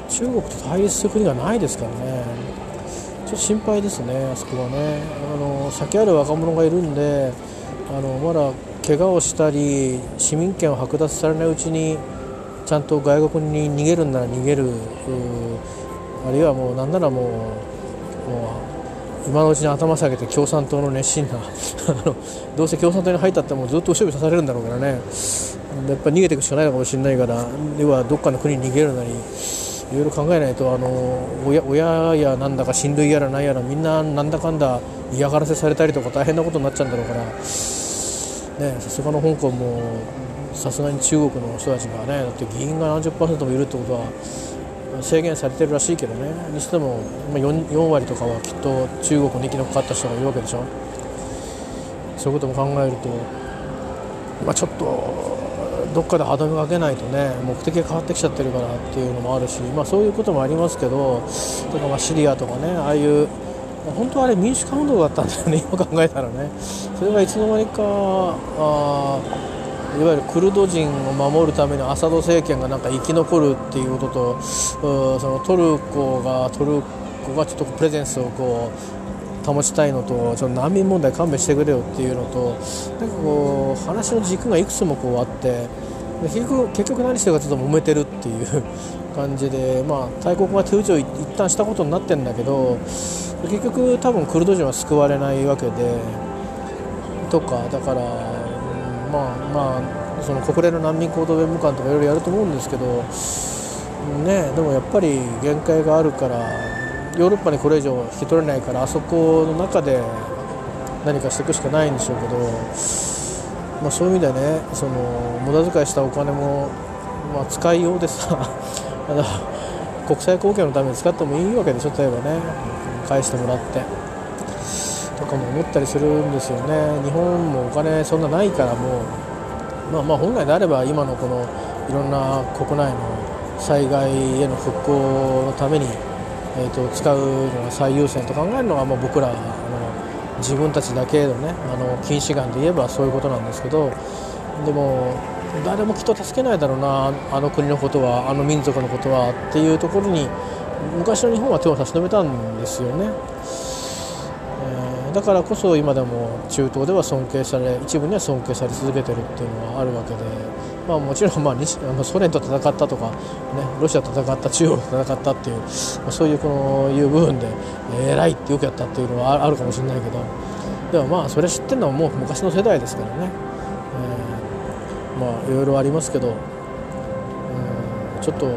中国と対立する国がないですからね、ちょっと心配ですね、あそこはね。あの先ある若者がいるんで、あのまだ怪我をしたり市民権を剥奪されないうちにちゃんと外国に逃げるんなら逃げる、あるいはもうなんならもう、もう今のうちに頭下げて共産党の熱心などうせ共産党に入ったってもうずっと後ろ指さされるんだろうからね、やっぱり逃げていくしかないのかもしれないから、要はどっかの国に逃げるなりいろいろ考えないと、あの 親, 親やなんだか親類やらなんやらみんななんだかんだ嫌がらせされたりとか大変なことになっちゃうんだろうから、ね、さすがの香港もさすがに中国の人たちがね、だって議員が何十パーセントもいるってことは制限されてるらしいけどね、にしても 4, よん割とかはきっと中国に生き残った人がいるわけでしょ。そういうことも考えると、まあ、ちょっとどっかで歯止めかけないとね、目的が変わってきちゃってるからっていうのもあるし、まあ、そういうこともありますけど、とかまあシリアとかね、ああいう本当はあれ民主化運動だったんだよね、今考えたらね。それがいつの間にかあいわゆるクルド人を守るためのアサド政権がなんか生き残るっていうことと、そのトルコがトルコがちょっとプレゼンスをこう保ちたいのと、ちょっと難民問題勘弁してくれよっていうのと、なんかこう話の軸がいくつもこうあって、結局結局何してるかちょっと揉めてるっていう感じで、まあ大国が手打ちを一旦したことになってるんだけど、結局多分クルド人は救われないわけでとか、だからまあまあその国連の難民高等弁務官とかいろいろやると思うんですけどね、でもやっぱり限界があるから、ヨーロッパにこれ以上引き取れないから、あそこの中で何かしていくしかないんでしょうけど、まあ、そういう意味ではね、その無駄遣いしたお金も、まあ、使いようでさ国際貢献のために使ってもいいわけでしょ、例えばね返してもらってとかも思ったりするんですよね。日本もお金そんなないから、もうまあまあ本来であれば今のこのいろんな国内の災害への復興のために、えー、と使うのが最優先と考えるのが、まあ、僕らあの自分たちだけのね、あの近視眼で言えばそういうことなんですけど、でも誰もきっと助けないだろうな、あの国のことは、あの民族のことはっていうところに昔の日本は手を差し伸べたんですよね。えー、だからこそ今でも中東では尊敬され、一部には尊敬され続けてるっていうのはあるわけで、まあ、もちろん、まあ、日あのソ連と戦ったとか、ね、ロシアと戦った、中国と戦ったっていう、まあ、そういうこのいう部分で、えー、偉いってよくやったっていうのはあるかもしれないけど、でもまあそれ知ってるのはもう昔の世代ですからね、えー、まあいろいろありますけど、うん、ちょっとあの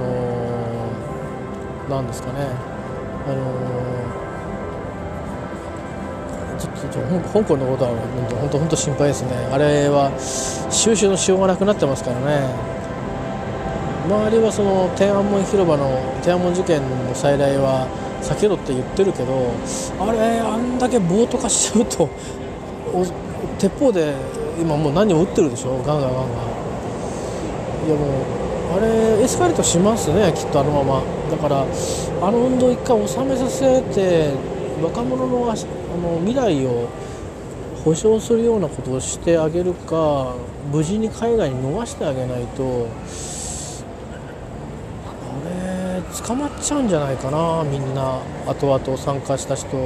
ー、なんですかね、あのー、ちょっと香港のことは本当本当心配ですね。あれは収拾のしようがなくなってますからね。周りはその天安門広場の天安門事件の再来は避けろって言ってるけど、あれあんだけ暴徒化しちゃうと鉄砲で今もう何を撃ってるでしょ、ガンガンガンガン。いやもうあれエスカレートしますね、きっとあのまま。だからあの運動一回収めさせて、若者の、あの未来を保障するようなことをしてあげるか、無事に海外に逃してあげないと捕まっちゃうんじゃないかな、みんな後々参加した人、うん、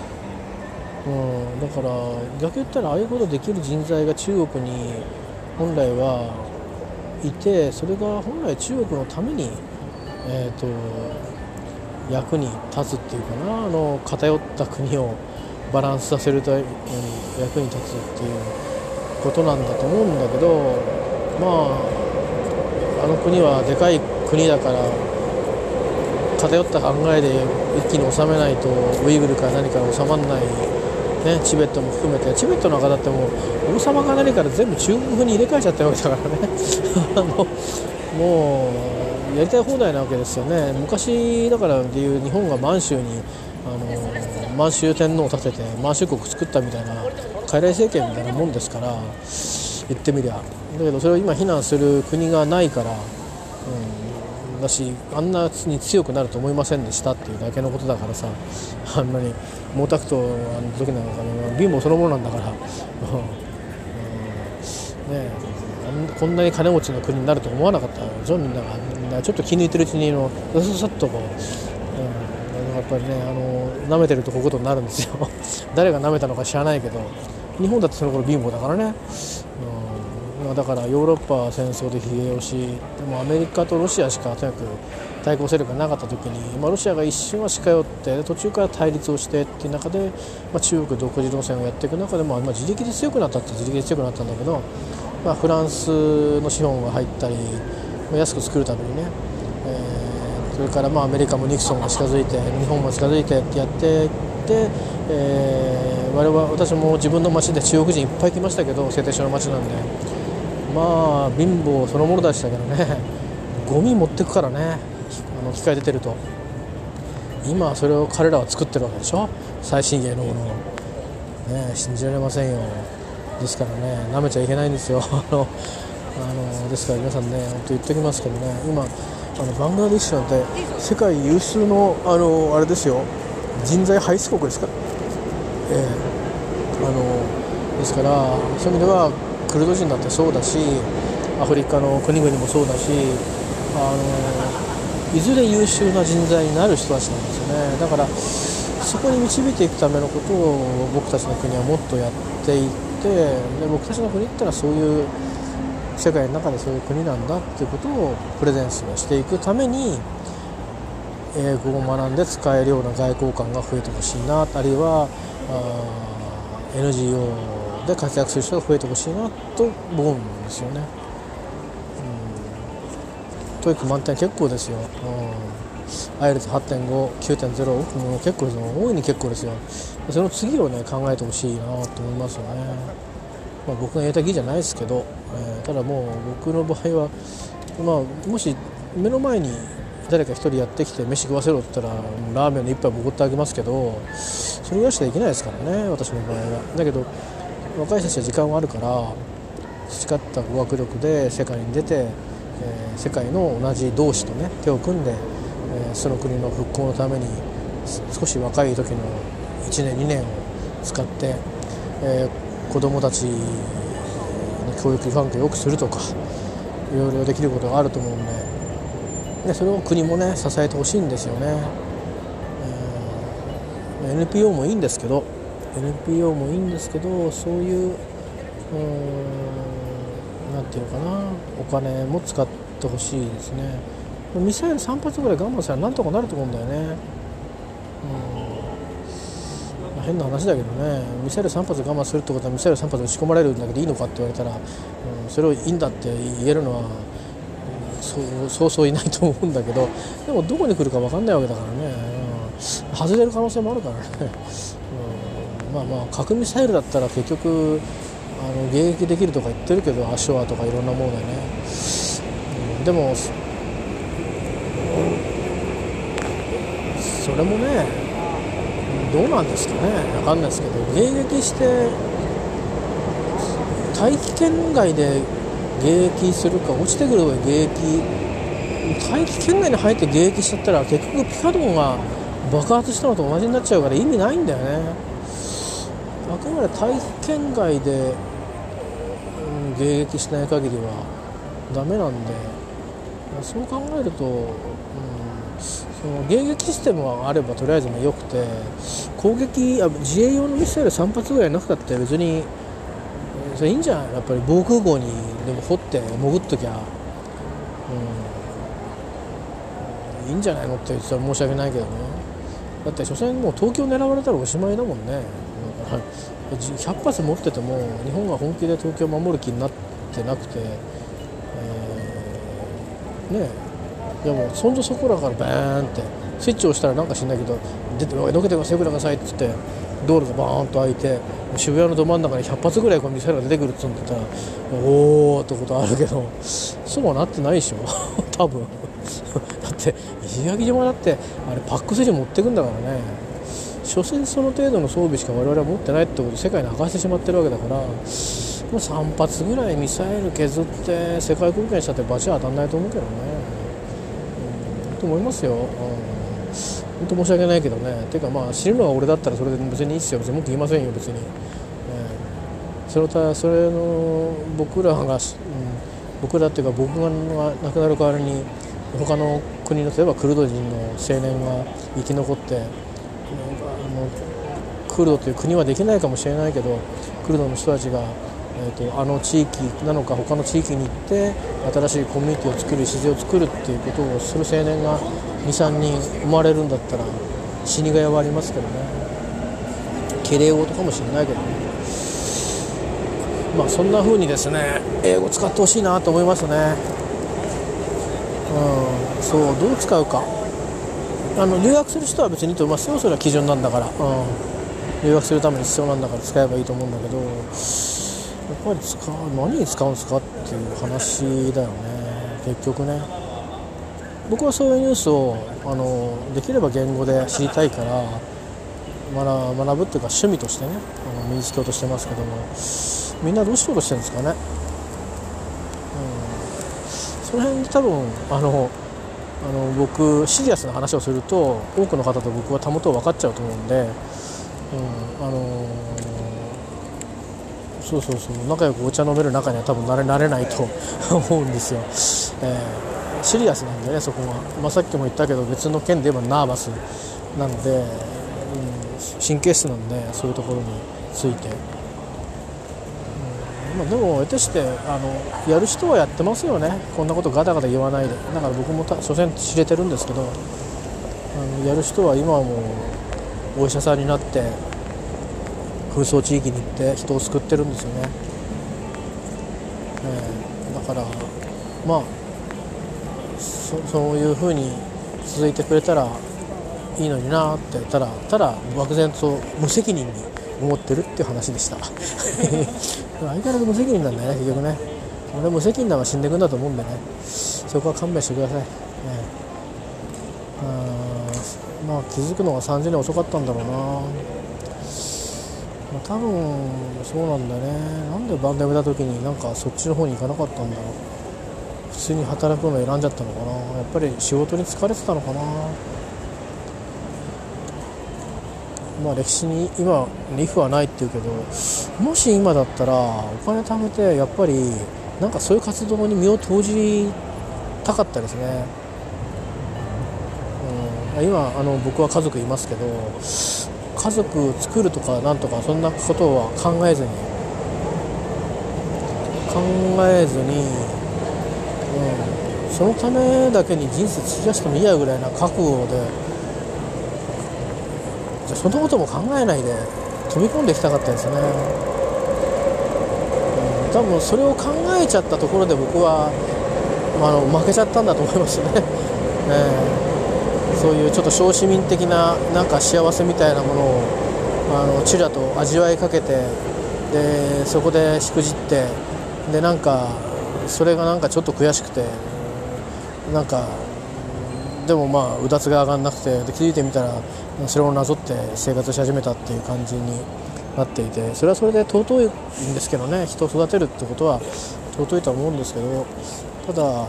だから逆言ったらああいうことできる人材が中国に本来はいて、それが本来中国のために、えーと、役に立つっていうかな、あの偏った国をバランスさせるために役に立つっていうことなんだと思うんだけど、まああの国はでかい国だから偏った考えで一気に収めないとウイグルか何か収まらない、ね、チベットも含めて、チベットの方だってもう王様が何から全部中国風に入れ替えちゃったわけだからねあのもうやりたい放題なわけですよね。昔だからっていう日本が満州にあの満州天皇を立てて満州国作ったみたいな傀儡政権みたいなもんですから、言ってみりゃ。だけどそれを今非難する国がないから、うん、だしあんなに強くなると思いませんでしたっていうだけのことだからさ、あんなに毛沢東の時なんかの貧乏そのものなんだから、うん、ねえ、あんんこんなに金持ちの国になると思わなかったでしょ、みんなが。みんなちょっと気抜いてるうちにのさささっとこう、うん、やっぱりね、あの舐めてるとこういうことになるんですよ誰が舐めたのか知らないけど、日本だってその頃貧乏だからね、うん、だからヨーロッパ戦争で疲弊をし、でもアメリカとロシアしかとにかく対抗勢力がなかった時に、まあ、ロシアが一瞬は近寄って途中から対立をしてっていう中で、まあ、中国独自路線をやっていく中で、まあ、まあ自力で強くなったって自力で強くなったんだけど、まあ、フランスの資本が入ったり、まあ、安く作るためにね、えー、それからまあアメリカもニクソンが近づいて日本も近づいてってやっていって、えー、我々私も自分の町で中国人いっぱい来ましたけど、製鉄所の町なんで、まあ貧乏そのものでしたけどね、ゴミ持ってくからね、あの機械出てると。今はそれを彼らは作ってるわけでしょ、最新鋭のものを、ね、信じられませんよ。ですからね、舐めちゃいけないんですよあのあのですから皆さんね、本当言っておきますけどね、今あのバングラディッシュなんて世界有数のあのあれですよ、人材輩出国ですから、えー、あのですからそういう意味ではクルド人だってそうだし、アフリカの国々もそうだし、あのいずれ優秀な人材になる人たちなんですよね。だからそこに導いていくためのことを僕たちの国はもっとやっていって、で僕たちの国ってのはそういう世界の中でそういう国なんだっていうことをプレゼンスをしていくために、英語を学んで使えるような外交官が増えてほしいな、あるいはあ エヌジーオー で活躍する人が増えてほしいなと思うんですよね。トイック満点結構ですよ。アイエルツ はってんご、きゅうてんゼロ もう結構ですよ。大いに結構ですよ。その次をね考えてほしいなと思いますよね。まあ、僕が言いたいじゃないですけど、えー、ただもう僕の場合は、まあ、もし目の前に誰か一人やってきて飯食わせろって言ったらラーメンの一杯もおごってあげますけど、それぐらいしかできないですからね、私の場合は。だけど若い人たちは時間があるから培った語学力で世界に出て、えー、世界の同じ同志とね手を組んで、えー、その国の復興のために少し若い時のいちねんにねんを使って、えー、子どもたちの教育環境を良くするとかいろいろできることがあると思うんで、でそれを国もね支えてほしいんですよね。えー、エヌピーオー もいいんですけど エヌピーオー もいいんですけどそういう、うーん、なんていうのかな、お金も使ってほしいですね。ミサイルさん発ぐらい我慢すればなんとかなると思うんだよね。うん、まあ、変な話だけどね、ミサイルさん発我慢するってことはミサイルさん発撃ち込まれるんだけどいいのかって言われたら、うん、それをいいんだって言えるのは、うん、そうそうそういないと思うんだけど、でもどこに来るか分かんないわけだからね、うん、外れる可能性もあるからね、うん、まあまあ核ミサイルだったら結局あの迎撃できるとか言ってるけど、アショアとかいろんなものでね、うん、でもそれもねどうなんですかね、分かんないですけど、迎撃して大気圏外で迎撃するか落ちてくる迎撃、大気圏外に入って迎撃しちゃったら結局ピカドンが爆発したのと同じになっちゃうから意味ないんだよね。あくまで大気圏外で、うん、迎撃しない限りはダメなんで、そう考えると、うん、その迎撃システムがあればとりあえずねよくて、攻撃あ自衛用のミサイルさん発ぐらいなくたって別にそれいいんじゃない、やっぱり防空壕にでも掘って潜っときゃ、うん、いいんじゃないのって言ってたら申し訳ないけどね。だって所詮もう東京狙われたらおしまいだもんね。ひゃっ発持ってても日本が本気で東京を守る気になってなくて、えー、ねえ、いやもうそんじょそこらからバーンってスイッチを押したらなんか知んないけど出てのけてくださいくださいって言って道路がバーンと開いて渋谷のど真ん中にひゃっ発ぐらいこのミサイルが出てくるって言ったらおーってことあるけど、そうはなってないでしょ多分だって石垣島だってあれパックスリー持ってくんだからね。所詮その程度の装備しか我々は持ってないってことで世界に明かしてしまってるわけだから、もうさん発ぐらいミサイル削って世界貢献したって罰は当たんないと思うけどね、うん、と思いますよ、うん、本当申し訳ないけどね。てかまあ死ぬのが俺だったらそれで別にいいっすよ、別に文句言いませんよ別に、えそのたそれの僕らが、うん、僕らっていうか僕が亡くなる代わりに他の国の例えばクルド人の青年が生き残って、あのクルドという国はできないかもしれないけど、クルドの人たちが、えー、とあの地域なのか他の地域に行って新しいコミュニティを作る、礎を作るっていうことをする青年がにさんにん生まれるんだったら死にがいはありますけどね。綺麗事かもしれないけどね。まあそんな風にですね、英語使ってほしいなと思いますね。うん、そうどう使うか、あの留学する人は別にいいと思いますよ。それは基準なんだから、うん、留学するために必要なんだから使えばいいと思うんだけど、やっぱり使う何に使うんですかっていう話だよね、結局ね。僕はそういうニュースをあのできれば言語で知りたいから学, 学ぶっていうか趣味としてね、あの身につけようとしてますけども、みんなどうしようとしてるんですかね。その辺で多分あのあの僕シリアスな話をすると多くの方と僕はたもとを分かっちゃうと思うんで、うん、あのそうそうそう仲良くお茶飲める中には多分なれ、なれないと思うんですよ、えー、シリアスなんでね、そこが、まあ、さっきも言ったけど別の件で言えばナーバスなので、うん、神経質なんでそういうところについて、まあ、でも得てしてあのやる人はやってますよね。こんなことガタガタ言わないで。だから僕もた所詮知れてるんですけど、あのやる人は今はもうお医者さんになって紛争地域に行って人を救ってるんですよね、えー、だからまあ そ, そういう風に続いてくれたらいいのになって、ただただ漠然と無責任に思ってるっていう話でした相変わらず無責任なんだよね、結局ね。俺無責任なのは死んでいくんだと思うんでね、そこは勘弁してください、ね、あまあ気づくのがさんじゅうねん遅かったんだろうな、まあ、多分そうなんだね。なんでバンド辞めた時になんかそっちの方に行かなかったんだろう。普通に働くのを選んじゃったのかな。やっぱり仕事に疲れてたのかな。まあ歴史に今リフはないっていうけど、もし今だったらお金貯めてやっぱりなんかそういう活動に身を投じたかったですね、うん、今あの僕は家族いますけど、家族作るとかなんとかそんなことは考えずに考えずに、うん、そのためだけに人生費やしてもいいやぐらいな覚悟で、じゃそんなことも考えないで飛び込んでいきたかったですね、うん、多分それを考えちゃったところで僕は、まあ、あの負けちゃったんだと思いますね、えー、そういうちょっと小市民的ななんか幸せみたいなものをあのちらと味わいかけて、でそこでしくじって、でなんかそれがなんかちょっと悔しくて、なんかでもまあうだつが上がんなくて、で気づいてみたらそれをなぞって生活し始めたっていう感じになっていて、それはそれで尊いんですけどね。人を育てるってことは尊いとは思うんですけど、ただ、うん、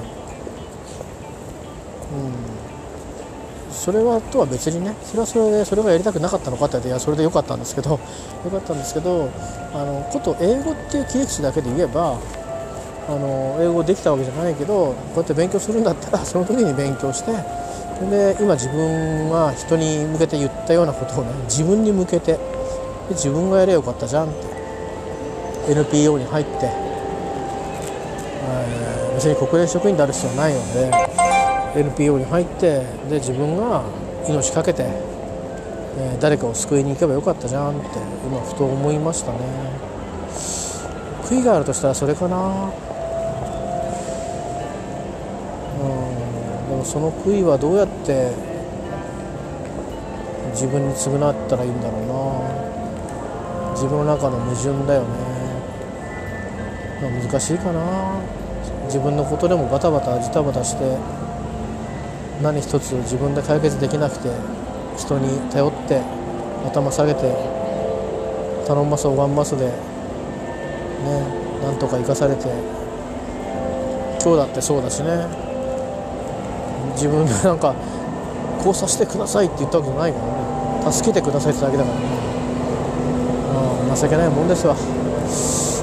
それはとは別にね、それはそれでそれがやりたくなかったのかって言って、いやそれでよかったんですけどよかったんですけどあのこと英語っていう切り口だけで言えば、あの英語できたわけじゃないけど、こうやって勉強するんだったらその時に勉強して、で今自分が人に向けて言ったようなことをね、自分に向けて、で自分がやればよかったじゃんって エヌピーオー に入って、えー、別に国連職員である必要はないので エヌピーオー に入って、で自分が命かけて、えー、誰かを救いに行けばよかったじゃんって今ふと思いましたね。悔いがあるとしたらそれかな。でもその悔いはどうやって自分に償ったらいいんだろうな。自分の中の矛盾だよね、まあ、難しいかな。自分のことでもバタバタジタバタして何一つ自分で解決できなくて、人に頼って頭下げて頼んます拝んますでね、なんとか生かされて、今日だってそうだしね。自分でなんかこうさせてくださいって言ったわけじゃないからね、助けてくださいってだけだからね、うん、情けないもんですわ。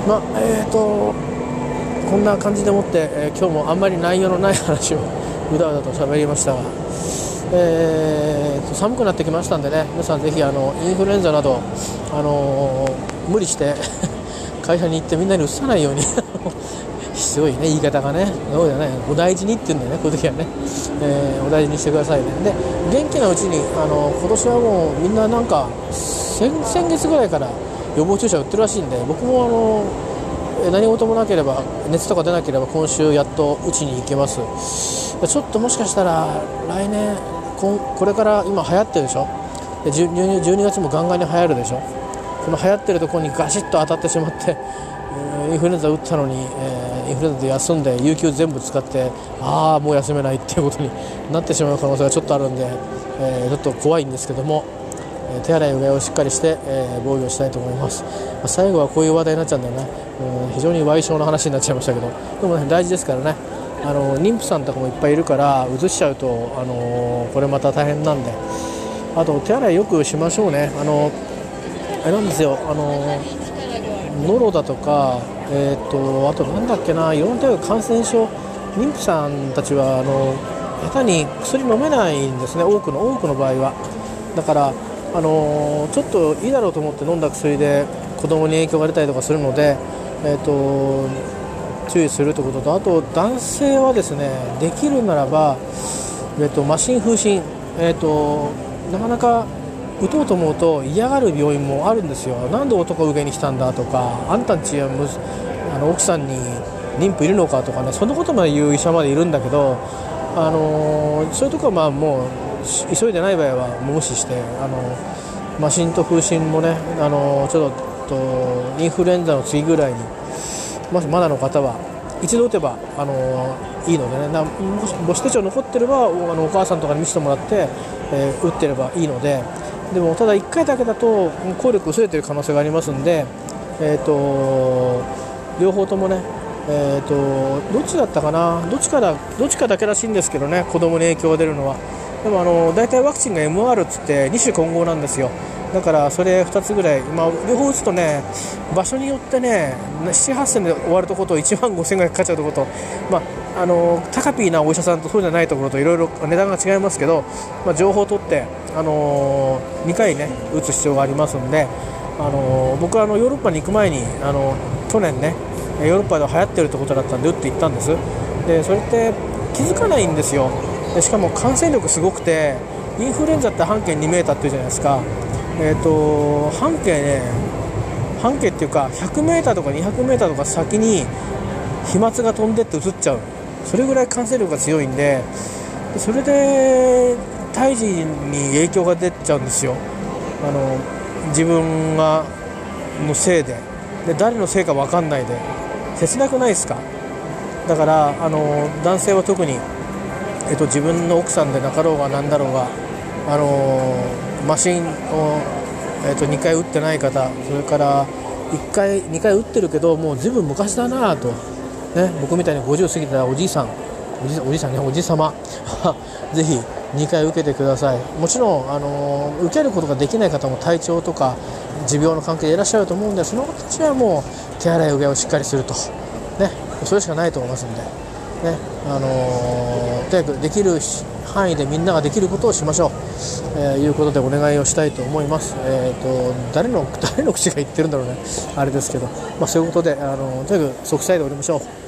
まあえーとこんな感じでもって、えー、今日もあんまり内容のない話をうだうだと喋りましたが、えーと寒くなってきましたんでね、皆さんぜひあのインフルエンザなど、あのー、無理して会社に行ってみんなにうつさないようにすごいね言い方がね、そうじゃない、お大事にって言うんだよね、こういう時はね、えー、お大事にしてくださいね。で元気なうちにあの今年はもうみんななんか 先, 先月ぐらいから予防注射売ってるらしいんで、僕もあの何事もなければ熱とか出なければ今週やっと打ちに行けます。ちょっともしかしたら来年ここれから今流行ってるでしょ、でじゅうにがつもガンガンに流行るでしょ。この流行ってるところにガシッと当たってしまってインフルエンザ打ったのに、えー、インフルエンザで休んで有給全部使ってああもう休めないっていうことになってしまう可能性がちょっとあるんで、えー、ちょっと怖いんですけども、えー、手洗いうがいをしっかりして、えー、防御したいと思います。まあ、最後はこういう話題になっちゃうんだよね。うん、非常に賠償の話になっちゃいましたけど、でもね大事ですからね。あの妊婦さんとかもいっぱいいるから移しちゃうと、あのー、これまた大変なんで、あと手洗いよくしましょうね。あのあれなんですよ、あのノロだとか、えー、とあとなんだっけな、いろんな感染症、妊婦さんたちはあの下手に薬飲めないんですね、多くの多くの場合は。だから、あのちょっといいだろうと思って飲んだ薬で子供に影響が出たりとかするので、えー、と注意するということと、あと男性はですね、できるならば、えー、とマシン風疹、えー、となかなか打とうと思うと嫌がる病院もあるんですよ。なんで男受けに来たんだとか、あんたんちはむあの奥さんに妊婦いるのかとかね、そんなことまで言う医者までいるんだけど、あのー、そういうところはまあもう急いでない場合は無視して、あのマシンと風疹もね、あのー、ちょっとインフルエンザの次ぐらいにもしまだの方は一度打てば、あのー、いいのでね、なもし母子手帳残ってれば お, あのお母さんとかに見せてもらって、えー、打ってればいいので。でもただいっかいだけだと効力薄れている可能性がありますので、えー、と両方ともね、えー、とどっちだったかな、どっちかだどっちかだけらしいんですけどね、子供に影響が出るのは。でもあの大体ワクチンが エムアール っつってに種混合なんですよ。だからそれふたつぐらい、まあ、両方打つとね、場所によってねななはっせんで終わるところといちまんごせんえんぐらいかかっちゃうところと、まああの高ピーなお医者さんとそうじゃないところといろいろ値段が違いますけど、まあ、情報を取って、あのー、にかいね打つ必要がありますので、あのー、僕はあのヨーロッパに行く前に、あの去年ねヨーロッパで流行ってるってことだったんで打って行ったんです。でそれって気づかないんですよ。でしかも感染力すごくて、インフルエンザって半径にメーターっていうじゃないですか。えーと半径ね半径っていうかひゃくメーターとかにひゃくメーターとか先に飛沫が飛んでって移っちゃう、それぐらい感染力が強いんで、それで胎児に影響が出ちゃうんですよ。あの自分がのせいで、で誰のせいか分かんないで切なくないですか。だからあの男性は特に、えっと、自分の奥さんでなかろうがなんだろうが、あのマシンを、えっと、にかい打ってない方、それからいっかいにかい打ってるけどもうずいぶん昔だなと、ね、僕みたいにごじゅう過ぎたおじいさんおじ, おじいさんねおじさまぜひにかい受けてください。もちろん、あのー、受けることができない方も体調とか持病の関係でいらっしゃると思うんで、その方たちはもう手洗いうがいをしっかりすると、ね、それしかないと思いますんで、ね、あのー、とにかくできる範囲でみんなができることをしましょう、えー、いうことでお願いをしたいと思います。えー、と誰の誰の口が言ってるんだろうね、あれですけど、まあ、そういうことで、あのー、とにかく息災でおりましょう。